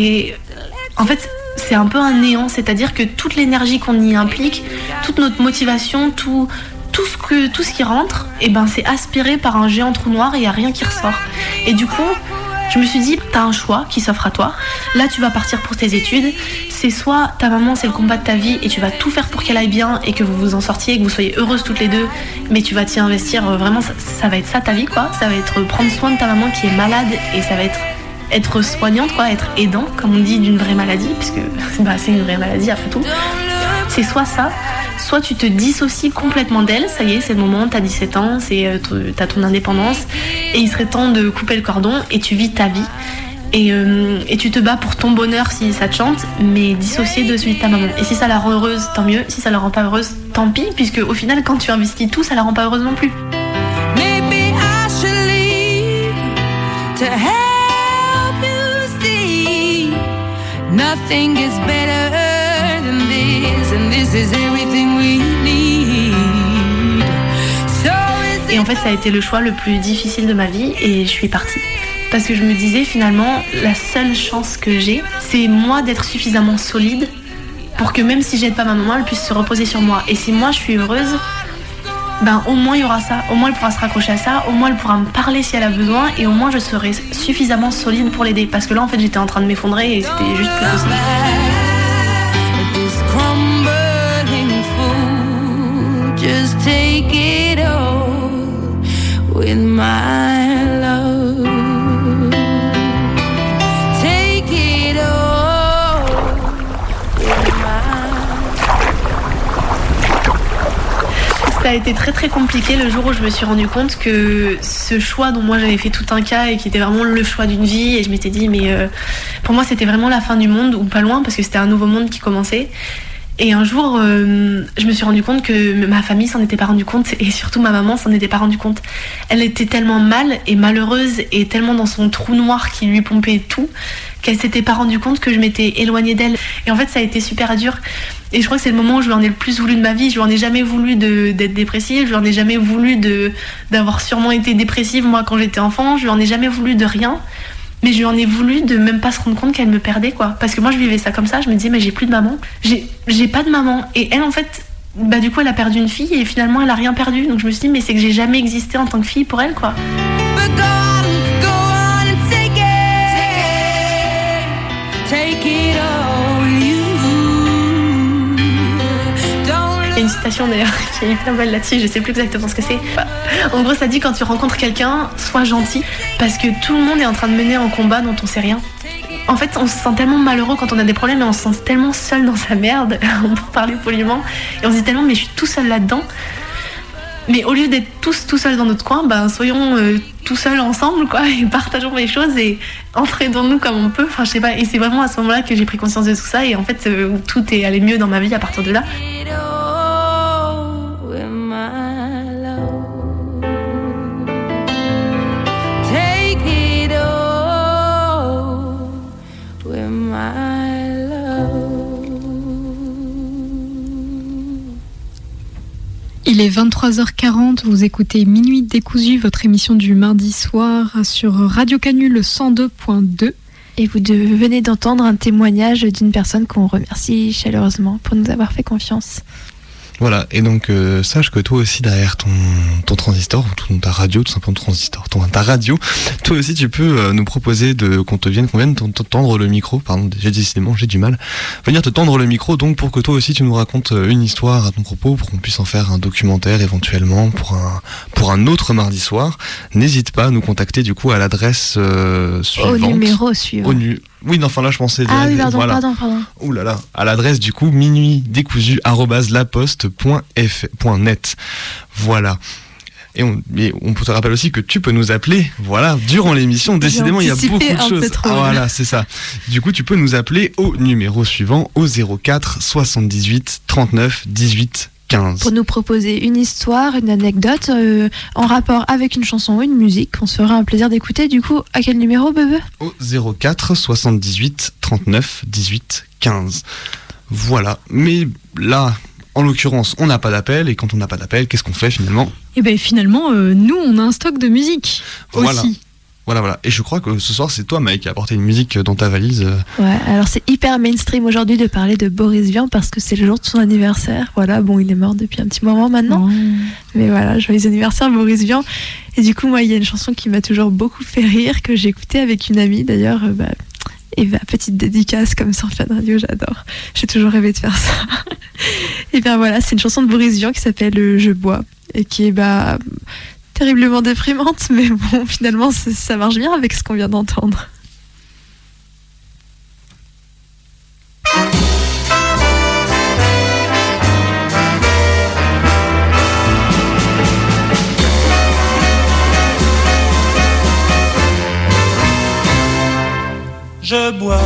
c'est un peu un néant, c'est-à-dire que toute l'énergie qu'on y implique, toute notre motivation, tout ce qui rentre, c'est aspiré par un géant trou noir et il n'y a rien qui ressort. Et du coup je me suis dit, t'as un choix qui s'offre à toi. Là, tu vas partir pour tes études. C'est soit ta maman, c'est le combat de ta vie et tu vas tout faire pour qu'elle aille bien et que vous vous en sortiez, que vous soyez heureuses toutes les deux, mais tu vas t'y investir vraiment. Ça va être ça ta vie, quoi. Ça va être prendre soin de ta maman qui est malade et ça va être soignante, quoi, être aidant, comme on dit, d'une vraie maladie, puisque c'est une vraie maladie après tout. C'est soit ça, soit tu te dissocies complètement d'elle, ça y est, c'est le moment, t'as 17 ans, t'as ton indépendance, et il serait temps de couper le cordon, et tu vis ta vie, et tu te bats pour ton bonheur si ça te chante, mais dissocié de celui de ta maman. Et si ça la rend heureuse, tant mieux, si ça la rend pas heureuse, tant pis, puisque au final, quand tu investis tout, ça la rend pas heureuse non plus. Maybe I should leave to help you see nothing is better than this, and this is everything we need. Et en fait, ça a été le choix le plus difficile de ma vie, et je suis partie. Parce que je me disais, finalement, la seule chance que j'ai, c'est moi d'être suffisamment solide pour que même si j'aide pas ma maman, elle puisse se reposer sur moi. Et si moi je suis heureuse, au moins il y aura ça, au moins elle pourra se raccrocher à ça, au moins elle pourra me parler si elle a besoin et au moins je serai suffisamment solide pour l'aider. Parce que là en fait j'étais en train de m'effondrer et c'était juste plus possible. Just take it all with my love. Take it all with Ça a été très très compliqué le jour où je me suis rendu compte que ce choix dont moi j'avais fait tout un cas et qui était vraiment le choix d'une vie, et je m'étais dit pour moi c'était vraiment la fin du monde ou pas loin parce que c'était un nouveau monde qui commençait. Et un jour, je me suis rendu compte que ma famille s'en était pas rendu compte et surtout ma maman s'en était pas rendu compte. Elle était tellement mal et malheureuse et tellement dans son trou noir qui lui pompait tout qu'elle s'était pas rendu compte que je m'étais éloignée d'elle. Et en fait, ça a été super dur. Et je crois que c'est le moment où je lui en ai le plus voulu de ma vie. Je lui en ai jamais voulu d'être dépressive. Je lui en ai jamais voulu d'avoir sûrement été dépressive moi quand j'étais enfant. Je lui en ai jamais voulu de rien. Mais je lui en ai voulu de même pas se rendre compte qu'elle me perdait, quoi. Parce que moi, je vivais ça comme ça. Je me disais, mais j'ai plus de maman. J'ai pas de maman. Et elle, en fait, du coup, elle a perdu une fille et finalement, elle a rien perdu. Donc je me suis dit, mais c'est que j'ai jamais existé en tant que fille pour elle, quoi. Il y a une citation d'ailleurs qui est hyper belle là-dessus, je sais plus exactement ce que c'est. En gros, ça dit quand tu rencontres quelqu'un, sois gentil, parce que tout le monde est en train de mener un combat dont on sait rien. En fait, on se sent tellement malheureux quand on a des problèmes et on se sent tellement seul dans sa merde, on peut parler poliment, et on se dit tellement mais je suis tout seul là-dedans. Mais au lieu d'être tous tout seuls dans notre coin, soyons tout seuls ensemble, quoi, et partageons les choses et entraidons-nous comme on peut. Enfin, je sais pas. Et c'est vraiment à ce moment-là que j'ai pris conscience de tout ça et en fait, tout est allé mieux dans ma vie à partir de là. Il est 23h40, vous écoutez Minuit décousu, votre émission du mardi soir sur Radio Canu le 102.2. Et vous venez d'entendre un témoignage d'une personne qu'on remercie chaleureusement pour nous avoir fait confiance. Voilà, et donc sache que toi aussi derrière ton transistor, ou ta radio, tout simplement transistor, ta radio, toi aussi tu peux nous proposer qu'on vienne te tendre le micro, pardon, j'ai du mal, venir te tendre le micro donc pour que toi aussi tu nous racontes une histoire à ton propos, pour qu'on puisse en faire un documentaire éventuellement pour un autre mardi soir. N'hésite pas à nous contacter du coup à l'adresse suivante. Au numéro suivant. Oui, non, enfin là je pensais... Ah oui, pardon. Ouh là là, à l'adresse du coup minuitdécousu@laposte.net. Voilà. Et on te rappelle aussi que tu peux nous appeler, voilà, durant l'émission. Décidément, il y a beaucoup de choses. Voilà, c'est ça. Du coup, tu peux nous appeler au numéro suivant, au 04 78 39 18 15. Pour nous proposer une histoire, une anecdote en rapport avec une chanson ou une musique, on se fera un plaisir d'écouter. Du coup, à quel numéro, Bebe ? Au 04 78 39 18 15. Voilà. Mais là, en l'occurrence, on n'a pas d'appel. Et quand on n'a pas d'appel, qu'est-ce qu'on fait finalement ? Eh bien, finalement, nous, on a un stock de musique aussi. Voilà. Et je crois que ce soir, c'est toi, Mike, qui a apporté une musique dans ta valise. Ouais, alors c'est hyper mainstream aujourd'hui de parler de Boris Vian parce que c'est le jour de son anniversaire. Voilà, bon, il est mort depuis un petit moment maintenant. Mais voilà, joyeux anniversaire, Boris Vian. Et du coup, moi, il y a une chanson qui m'a toujours beaucoup fait rire, que j'ai écoutée avec une amie d'ailleurs. Eva, petite dédicace comme sur Fun Radio, j'adore. J'ai toujours rêvé de faire ça. Et bien voilà, c'est une chanson de Boris Vian qui s'appelle Je bois et qui est terriblement déprimante, mais bon, finalement, ça marche bien avec ce qu'on vient d'entendre. Je bois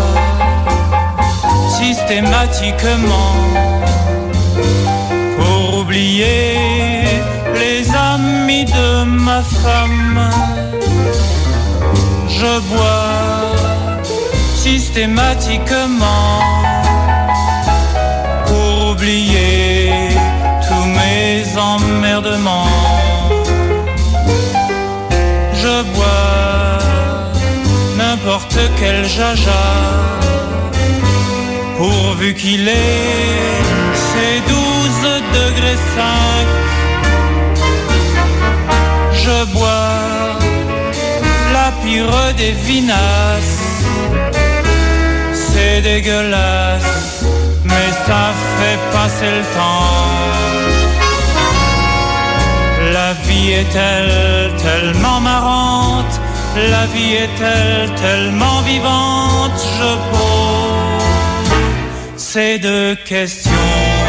systématiquement pour oublier les amis de ma femme. Je bois systématiquement pour oublier tous mes emmerdements. Je bois n'importe quel jaja, pourvu qu'il ait ses 12 degrés 5. Je bois la pire des vinasses. C'est dégueulasse, mais ça fait passer le temps. La vie est-elle tellement marrante? La vie est-elle tellement vivante? Je pose ces deux questions.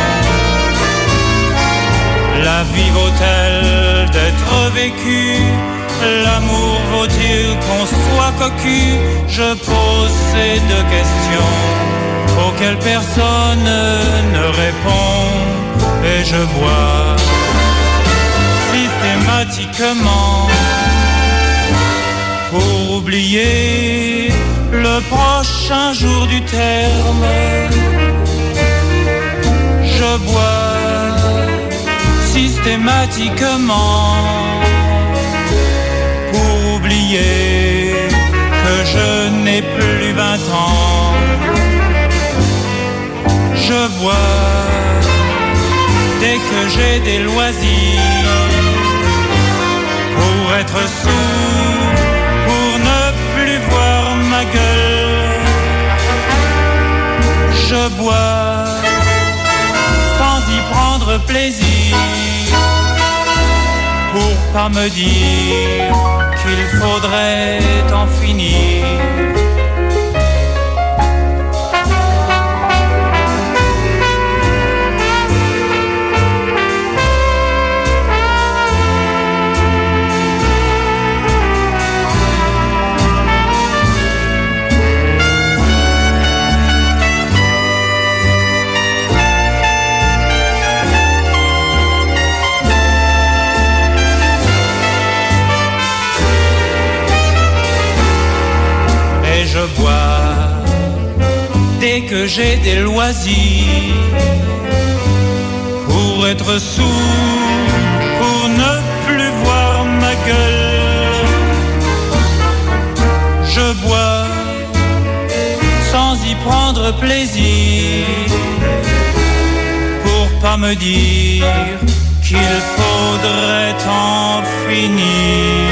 La vie vaut-elle d'être vécue? L'amour vaut-il qu'on soit cocu? Je pose ces deux questions auxquelles personne ne répond. Et je bois systématiquement pour oublier le prochain jour du terme. Je bois systématiquement pour oublier que je n'ai plus 20 ans. Je bois dès que j'ai des loisirs pour être sourd, pour ne plus voir ma gueule. Je bois sans y prendre plaisir, pour pas me dire qu'il faudrait en finir. Je bois dès que j'ai des loisirs pour être sourd, pour ne plus voir ma gueule. Je bois sans y prendre plaisir, pour pas me dire qu'il faudrait en finir.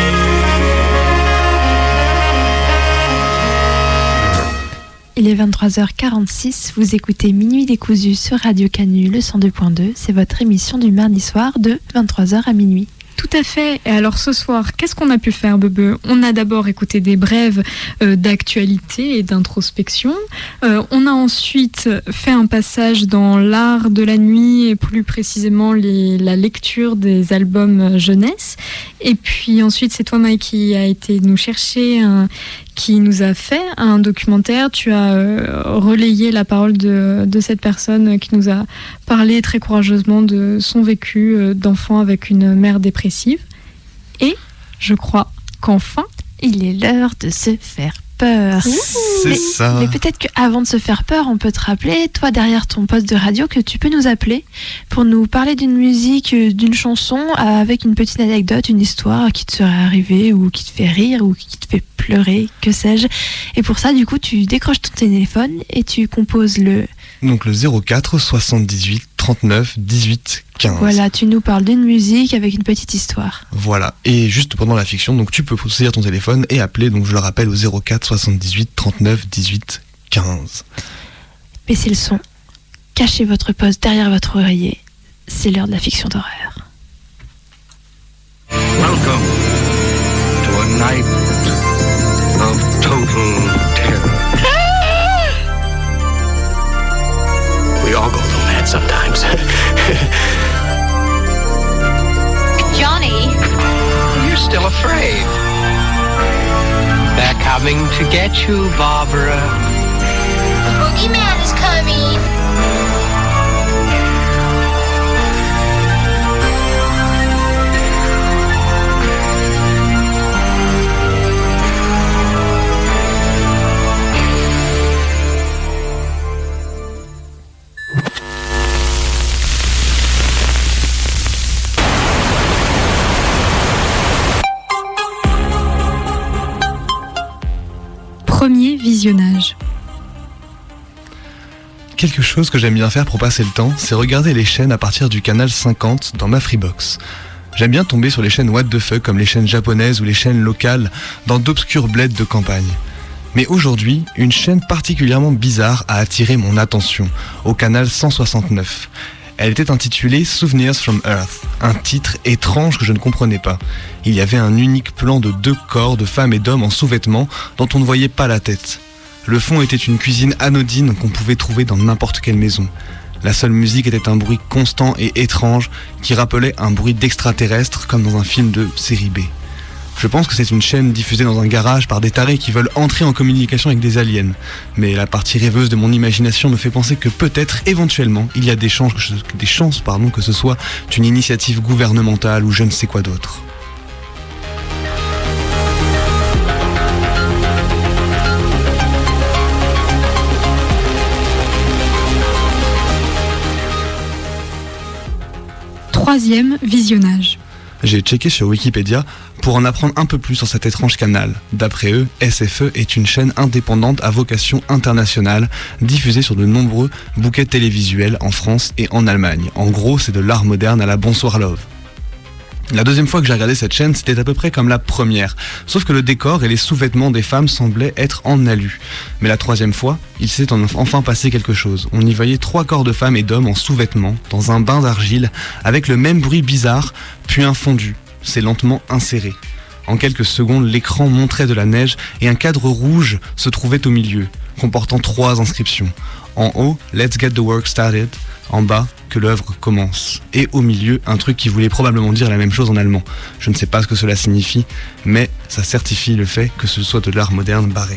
Il est 23h46, vous écoutez Minuit décousu sur Radio Canu, le 102.2. C'est votre émission du mardi soir de 23h à minuit. Tout à fait. Et alors ce soir, qu'est-ce qu'on a pu faire, Bebe? On a d'abord écouté des brèves d'actualité et d'introspection. On a ensuite fait un passage dans l'art de la nuit et plus précisément la lecture des albums jeunesse. Et puis ensuite, c'est toi, Mike, qui a été nous chercher, qui nous a fait un documentaire. Tu as relayé la parole de cette personne qui nous a parlé très courageusement de son vécu d'enfant avec une mère dépressive. Et je crois qu'enfin, il est l'heure de se faire peur. C'est ça. Mais peut-être qu'avant de se faire peur, on peut te rappeler, toi derrière ton poste de radio, que tu peux nous appeler pour nous parler d'une musique, d'une chanson, avec une petite anecdote, une histoire qui te serait arrivée, ou qui te fait rire, ou qui te fait pleurer, que sais-je. Et pour ça, du coup, tu décroches ton téléphone et tu composes le 04 78 39 18 15. Voilà, tu nous parles d'une musique avec une petite histoire. Voilà, et juste pendant la fiction, donc tu peux saisir ton téléphone et appeler, donc je le rappelle, au 04 78 39 18 15. Baissez le son, cachez votre poste derrière votre oreiller, c'est l'heure de la fiction d'horreur. Welcome to a night of total terror. We all go through that sometimes. Johnny? You're still afraid. They're coming to get you, Barbara. The boogeyman is coming. Premier visionnage. Quelque chose que j'aime bien faire pour passer le temps, c'est regarder les chaînes à partir du canal 50 dans ma Freebox. J'aime bien tomber sur les chaînes what the fuck comme les chaînes japonaises ou les chaînes locales dans d'obscurs bleds de campagne. Mais aujourd'hui, une chaîne particulièrement bizarre a attiré mon attention, au canal 169. Elle était intitulée Souvenirs from Earth, un titre étrange que je ne comprenais pas. Il y avait un unique plan de 2 corps de femmes et d'hommes en sous-vêtements dont on ne voyait pas la tête. Le fond était une cuisine anodine qu'on pouvait trouver dans n'importe quelle maison. La seule musique était un bruit constant et étrange qui rappelait un bruit d'extraterrestre comme dans un film de série B. Je pense que c'est une chaîne diffusée dans un garage par des tarés qui veulent entrer en communication avec des aliens. Mais la partie rêveuse de mon imagination me fait penser que peut-être, éventuellement, il y a des chances que ce soit une initiative gouvernementale ou je ne sais quoi d'autre. Troisième visionnage. J'ai checké sur Wikipédia pour en apprendre un peu plus sur cet étrange canal. D'après eux, SFE est une chaîne indépendante à vocation internationale, diffusée sur de nombreux bouquets télévisuels en France et en Allemagne. En gros, c'est de l'art moderne à la Bonsoir Love. La deuxième fois que j'ai regardé cette chaîne, c'était à peu près comme la première, sauf que le décor et les sous-vêtements des femmes semblaient être en alu. Mais la troisième fois, il s'est enfin passé quelque chose. On y voyait 3 corps de femmes et d'hommes en sous-vêtements, dans un bain d'argile, avec le même bruit bizarre, puis un fondu. C'est lentement inséré. En quelques secondes, l'écran montrait de la neige et un cadre rouge se trouvait au milieu, comportant 3 inscriptions. En haut, Let's get the work started. En bas, que l'œuvre commence. Et au milieu, un truc qui voulait probablement dire la même chose en allemand. Je ne sais pas ce que cela signifie, mais ça certifie le fait que ce soit de l'art moderne barré.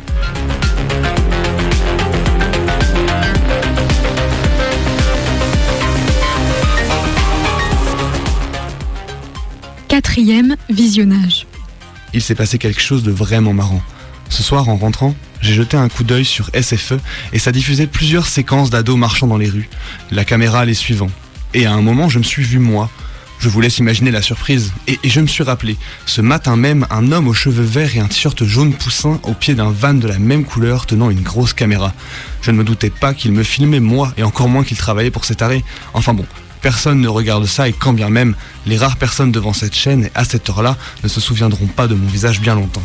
Quatrième visionnage. Il s'est passé quelque chose de vraiment marrant. Ce soir, en rentrant, j'ai jeté un coup d'œil sur SFE et ça diffusait plusieurs séquences d'ados marchant dans les rues, la caméra les suivant. Et à un moment, je me suis vu moi. Je vous laisse imaginer la surprise. Et je me suis rappelé, ce matin même, un homme aux cheveux verts et un t-shirt jaune poussin au pied d'un van de la même couleur tenant une grosse caméra. Je ne me doutais pas qu'il me filmait moi et encore moins qu'il travaillait pour cet arrêt. Enfin bon, personne ne regarde ça et quand bien même, les rares personnes devant cette chaîne à cette heure-là ne se souviendront pas de mon visage bien longtemps.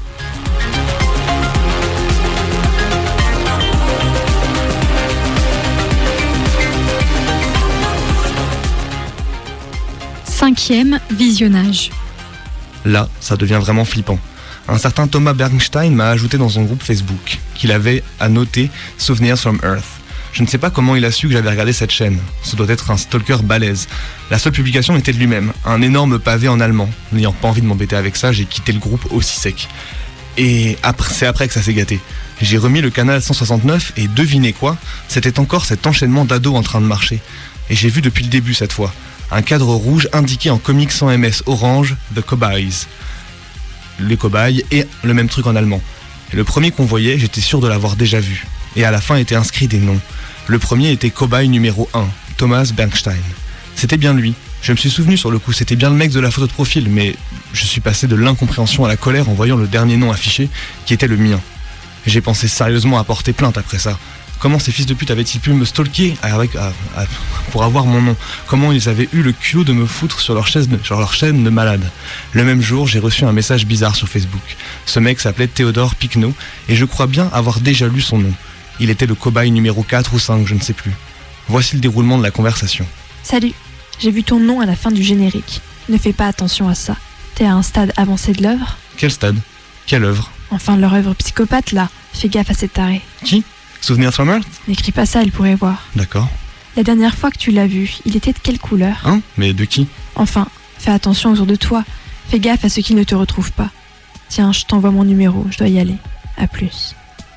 Cinquième visionnage. Là, ça devient vraiment flippant. Un certain Thomas Bernstein m'a ajouté dans son groupe Facebook, qu'il avait à noter Souvenirs from Earth. Je ne sais pas comment il a su que j'avais regardé cette chaîne. Ce doit être un stalker balèze. La seule publication était de lui-même, un énorme pavé en allemand. N'ayant pas envie de m'embêter avec ça, j'ai quitté le groupe aussi sec. Et c'est après que ça s'est gâté. J'ai remis le canal 169 et devinez quoi ? C'était encore cet enchaînement d'ados en train de marcher. Et j'ai vu depuis le début cette fois. Un cadre rouge indiqué en comics sans MS orange, The Cobayes. Les cobayes et le même truc en allemand. Et le premier qu'on voyait, j'étais sûr de l'avoir déjà vu. Et à la fin étaient inscrits des noms. Le premier était cobaye numéro 1, Thomas Bernstein. C'était bien lui. Je me suis souvenu sur le coup, c'était bien le mec de la photo de profil, mais je suis passé de l'incompréhension à la colère en voyant le dernier nom affiché, qui était le mien. J'ai pensé sérieusement à porter plainte après ça. Comment ces fils de pute avaient-ils pu me stalker pour avoir mon nom ? Comment ils avaient eu le culot de me foutre sur leur chaîne de malade ? Le même jour, j'ai reçu un message bizarre sur Facebook. Ce mec s'appelait Théodore Piquenot et je crois bien avoir déjà lu son nom. Il était le cobaye numéro 4 ou 5, je ne sais plus. Voici le déroulement de la conversation. Salut, j'ai vu ton nom à la fin du générique. Ne fais pas attention à ça. T'es à un stade avancé de l'œuvre ? Quel stade ? Quelle œuvre ? Enfin, leur œuvre psychopathe là. Fais gaffe à cette tarée. Qui ? Souvenirs from Earth ? N'écris pas ça, elle pourrait voir. D'accord. La dernière fois que tu l'as vu, il était de quelle couleur ? Hein ? Mais de qui ? Enfin, fais attention autour de toi. Fais gaffe à ceux qui ne te retrouvent pas. Tiens, je t'envoie mon numéro, je dois y aller. À plus.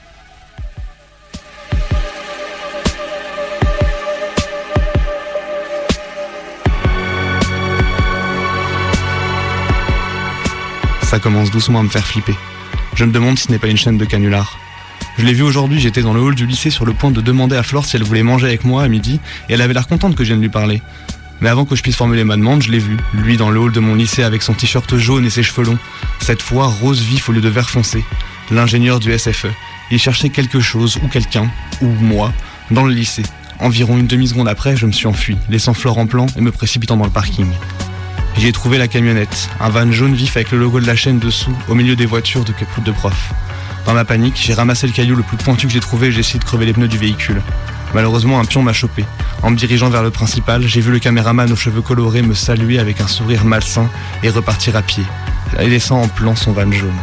Ça commence doucement à me faire flipper. Je me demande si ce n'est pas une chaîne de canulars. Je l'ai vu aujourd'hui, j'étais dans le hall du lycée sur le point de demander à Flore si elle voulait manger avec moi à midi, et elle avait l'air contente que je vienne lui parler. Mais avant que je puisse formuler ma demande, je l'ai vu, lui dans le hall de mon lycée avec son t-shirt jaune et ses cheveux longs, cette fois rose vif au lieu de vert foncé, l'ingénieur du SFE. Il cherchait quelque chose, ou quelqu'un, ou moi, dans le lycée. Environ une demi-seconde après, je me suis enfui, laissant Flore en plan et me précipitant dans le parking. J'y ai trouvé la camionnette, un van jaune vif avec le logo de la chaîne dessous, au milieu des voitures de profs. Dans ma panique, j'ai ramassé le caillou le plus pointu que j'ai trouvé et j'ai essayé de crever les pneus du véhicule. Malheureusement, un pion m'a chopé. En me dirigeant vers le principal, j'ai vu le caméraman aux cheveux colorés me saluer avec un sourire malsain et repartir à pied, laissant en plan son van jaune.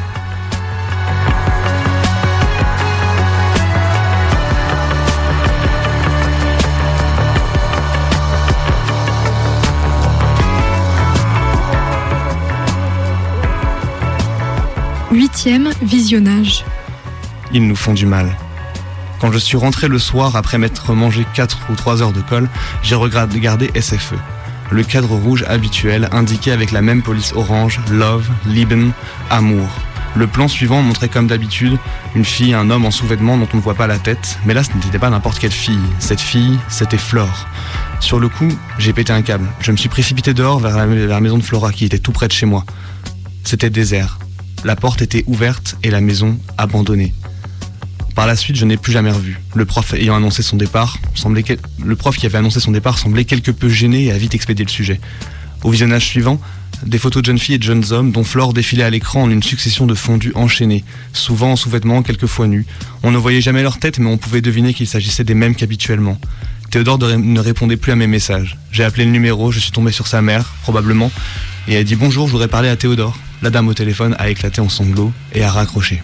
Huitième visionnage. Ils nous font du mal. Quand je suis rentré le soir après m'être mangé 4 ou 3 heures de colle, j'ai regardé SFE. Le cadre rouge habituel indiqué avec la même police orange, Love, Lieben, Amour. Le plan suivant montrait comme d'habitude une fille et un homme en sous-vêtements dont on ne voit pas la tête, mais là ce n'était pas n'importe quelle fille. Cette fille, c'était Flore. Sur le coup, j'ai pété un câble. Je me suis précipité dehors vers la maison de Flora qui était tout près de chez moi. C'était désert. La porte était ouverte et la maison abandonnée. Par la suite, je n'ai plus jamais revu. Le prof qui avait annoncé son départ semblait quelque peu gêné et a vite expédié le sujet. Au visionnage suivant, des photos de jeunes filles et de jeunes hommes dont Flore défilait à l'écran en une succession de fondus enchaînés, souvent en sous-vêtements, quelquefois nus. On ne voyait jamais leur tête, mais on pouvait deviner qu'il s'agissait des mêmes qu'habituellement. Théodore ne répondait plus à mes messages. J'ai appelé le numéro, je suis tombé sur sa mère, probablement, et elle a dit « Bonjour, je voudrais parler à Théodore ». La dame au téléphone a éclaté en sanglots et a raccroché.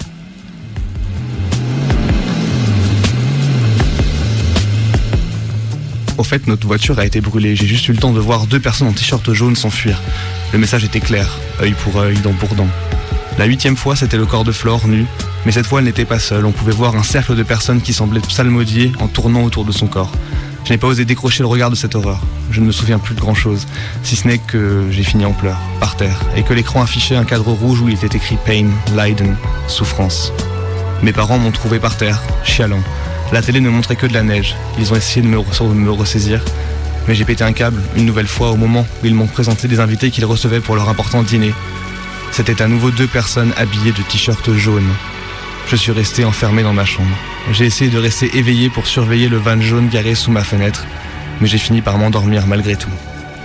Au fait, notre voiture a été brûlée. J'ai juste eu le temps de voir 2 personnes en t-shirt jaune s'enfuir. Le message était clair, œil pour œil, dent pour dent. La 8e fois, c'était le corps de Flore nu, mais cette fois, elle n'était pas seule. On pouvait voir un cercle de personnes qui semblaient psalmodier en tournant autour de son corps. Je n'ai pas osé décrocher le regard de cette horreur. Je ne me souviens plus de grand-chose, si ce n'est que j'ai fini en pleurs, par terre, et que l'écran affichait un cadre rouge où il était écrit « Pain, Leiden, souffrance ». Mes parents m'ont trouvé par terre, chialant. La télé ne montrait que de la neige. Ils ont essayé de me ressaisir, mais j'ai pété un câble, une nouvelle fois, au moment où ils m'ont présenté des invités qu'ils recevaient pour leur important dîner. C'était à nouveau 2 personnes habillées de t-shirts jaunes. Je suis resté enfermé dans ma chambre. J'ai essayé de rester éveillé pour surveiller le van jaune garé sous ma fenêtre, mais j'ai fini par m'endormir malgré tout.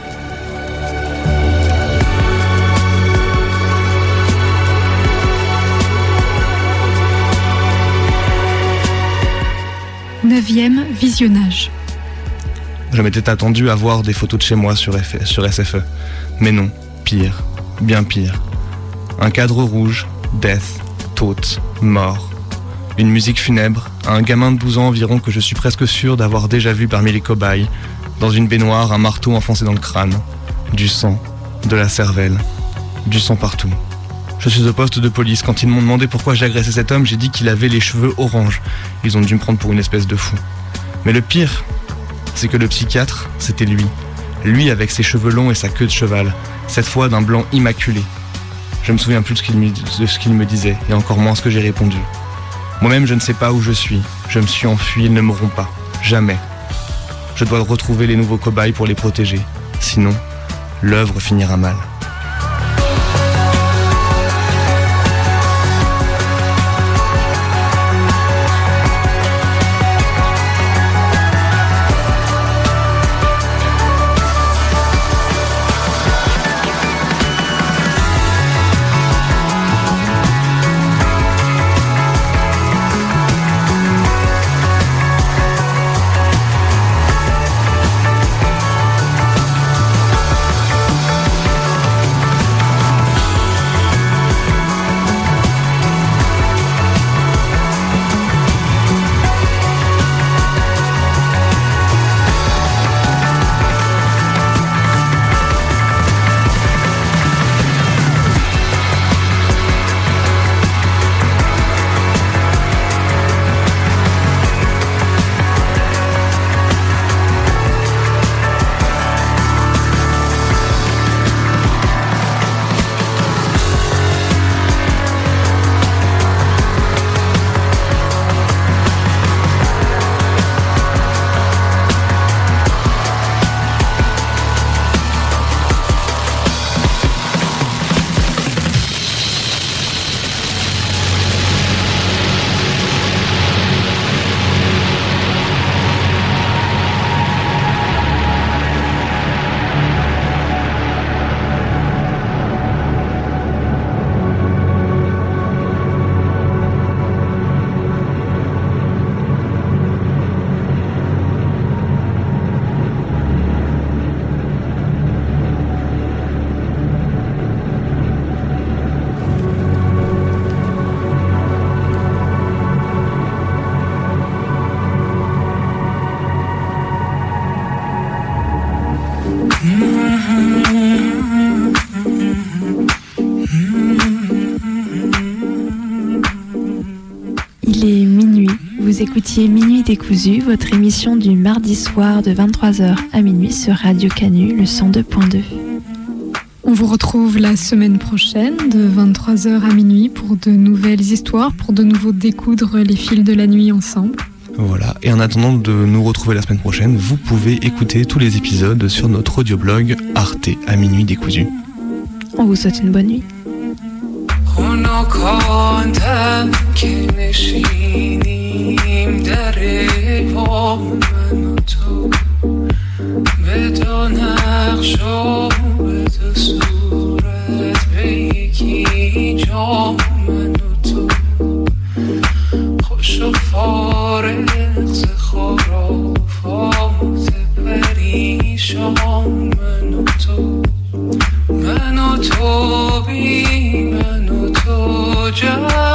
Neuvième visionnage. Je m'étais attendu à voir des photos de chez moi sur SFE. Mais non, pire, bien pire. Un cadre rouge, death, taught, mort. Une musique funèbre, un gamin de 12 ans environ que je suis presque sûr d'avoir déjà vu parmi les cobayes. Dans une baignoire, un marteau enfoncé dans le crâne. Du sang, de la cervelle, du sang partout. Je suis au poste de police. Quand ils m'ont demandé pourquoi j'ai agressé cet homme, j'ai dit qu'il avait les cheveux orange. Ils ont dû me prendre pour une espèce de fou. Mais le pire, c'est que le psychiatre, c'était lui. Lui avec ses cheveux longs et sa queue de cheval. Cette fois d'un blanc immaculé. Je me souviens plus de ce qu'il me disait, et encore moins ce que j'ai répondu. Moi-même, je ne sais pas où je suis. Je me suis enfui, ils ne m'auront pas. Jamais. Je dois retrouver les nouveaux cobayes pour les protéger. Sinon, l'œuvre finira mal. Vous écoutiez Minuit décousu, votre émission du mardi soir de 23h à minuit sur Radio Canu, le 102.2. On vous retrouve la semaine prochaine de 23h à minuit pour de nouvelles histoires, pour de nouveau découdre les fils de la nuit ensemble. Voilà, et en attendant de nous retrouver la semaine prochaine, vous pouvez écouter tous les épisodes sur notre audioblog Arte à minuit décousu. On vous souhaite une bonne nuit. فارغ ز خرافات پریشان من و تو بی من و تو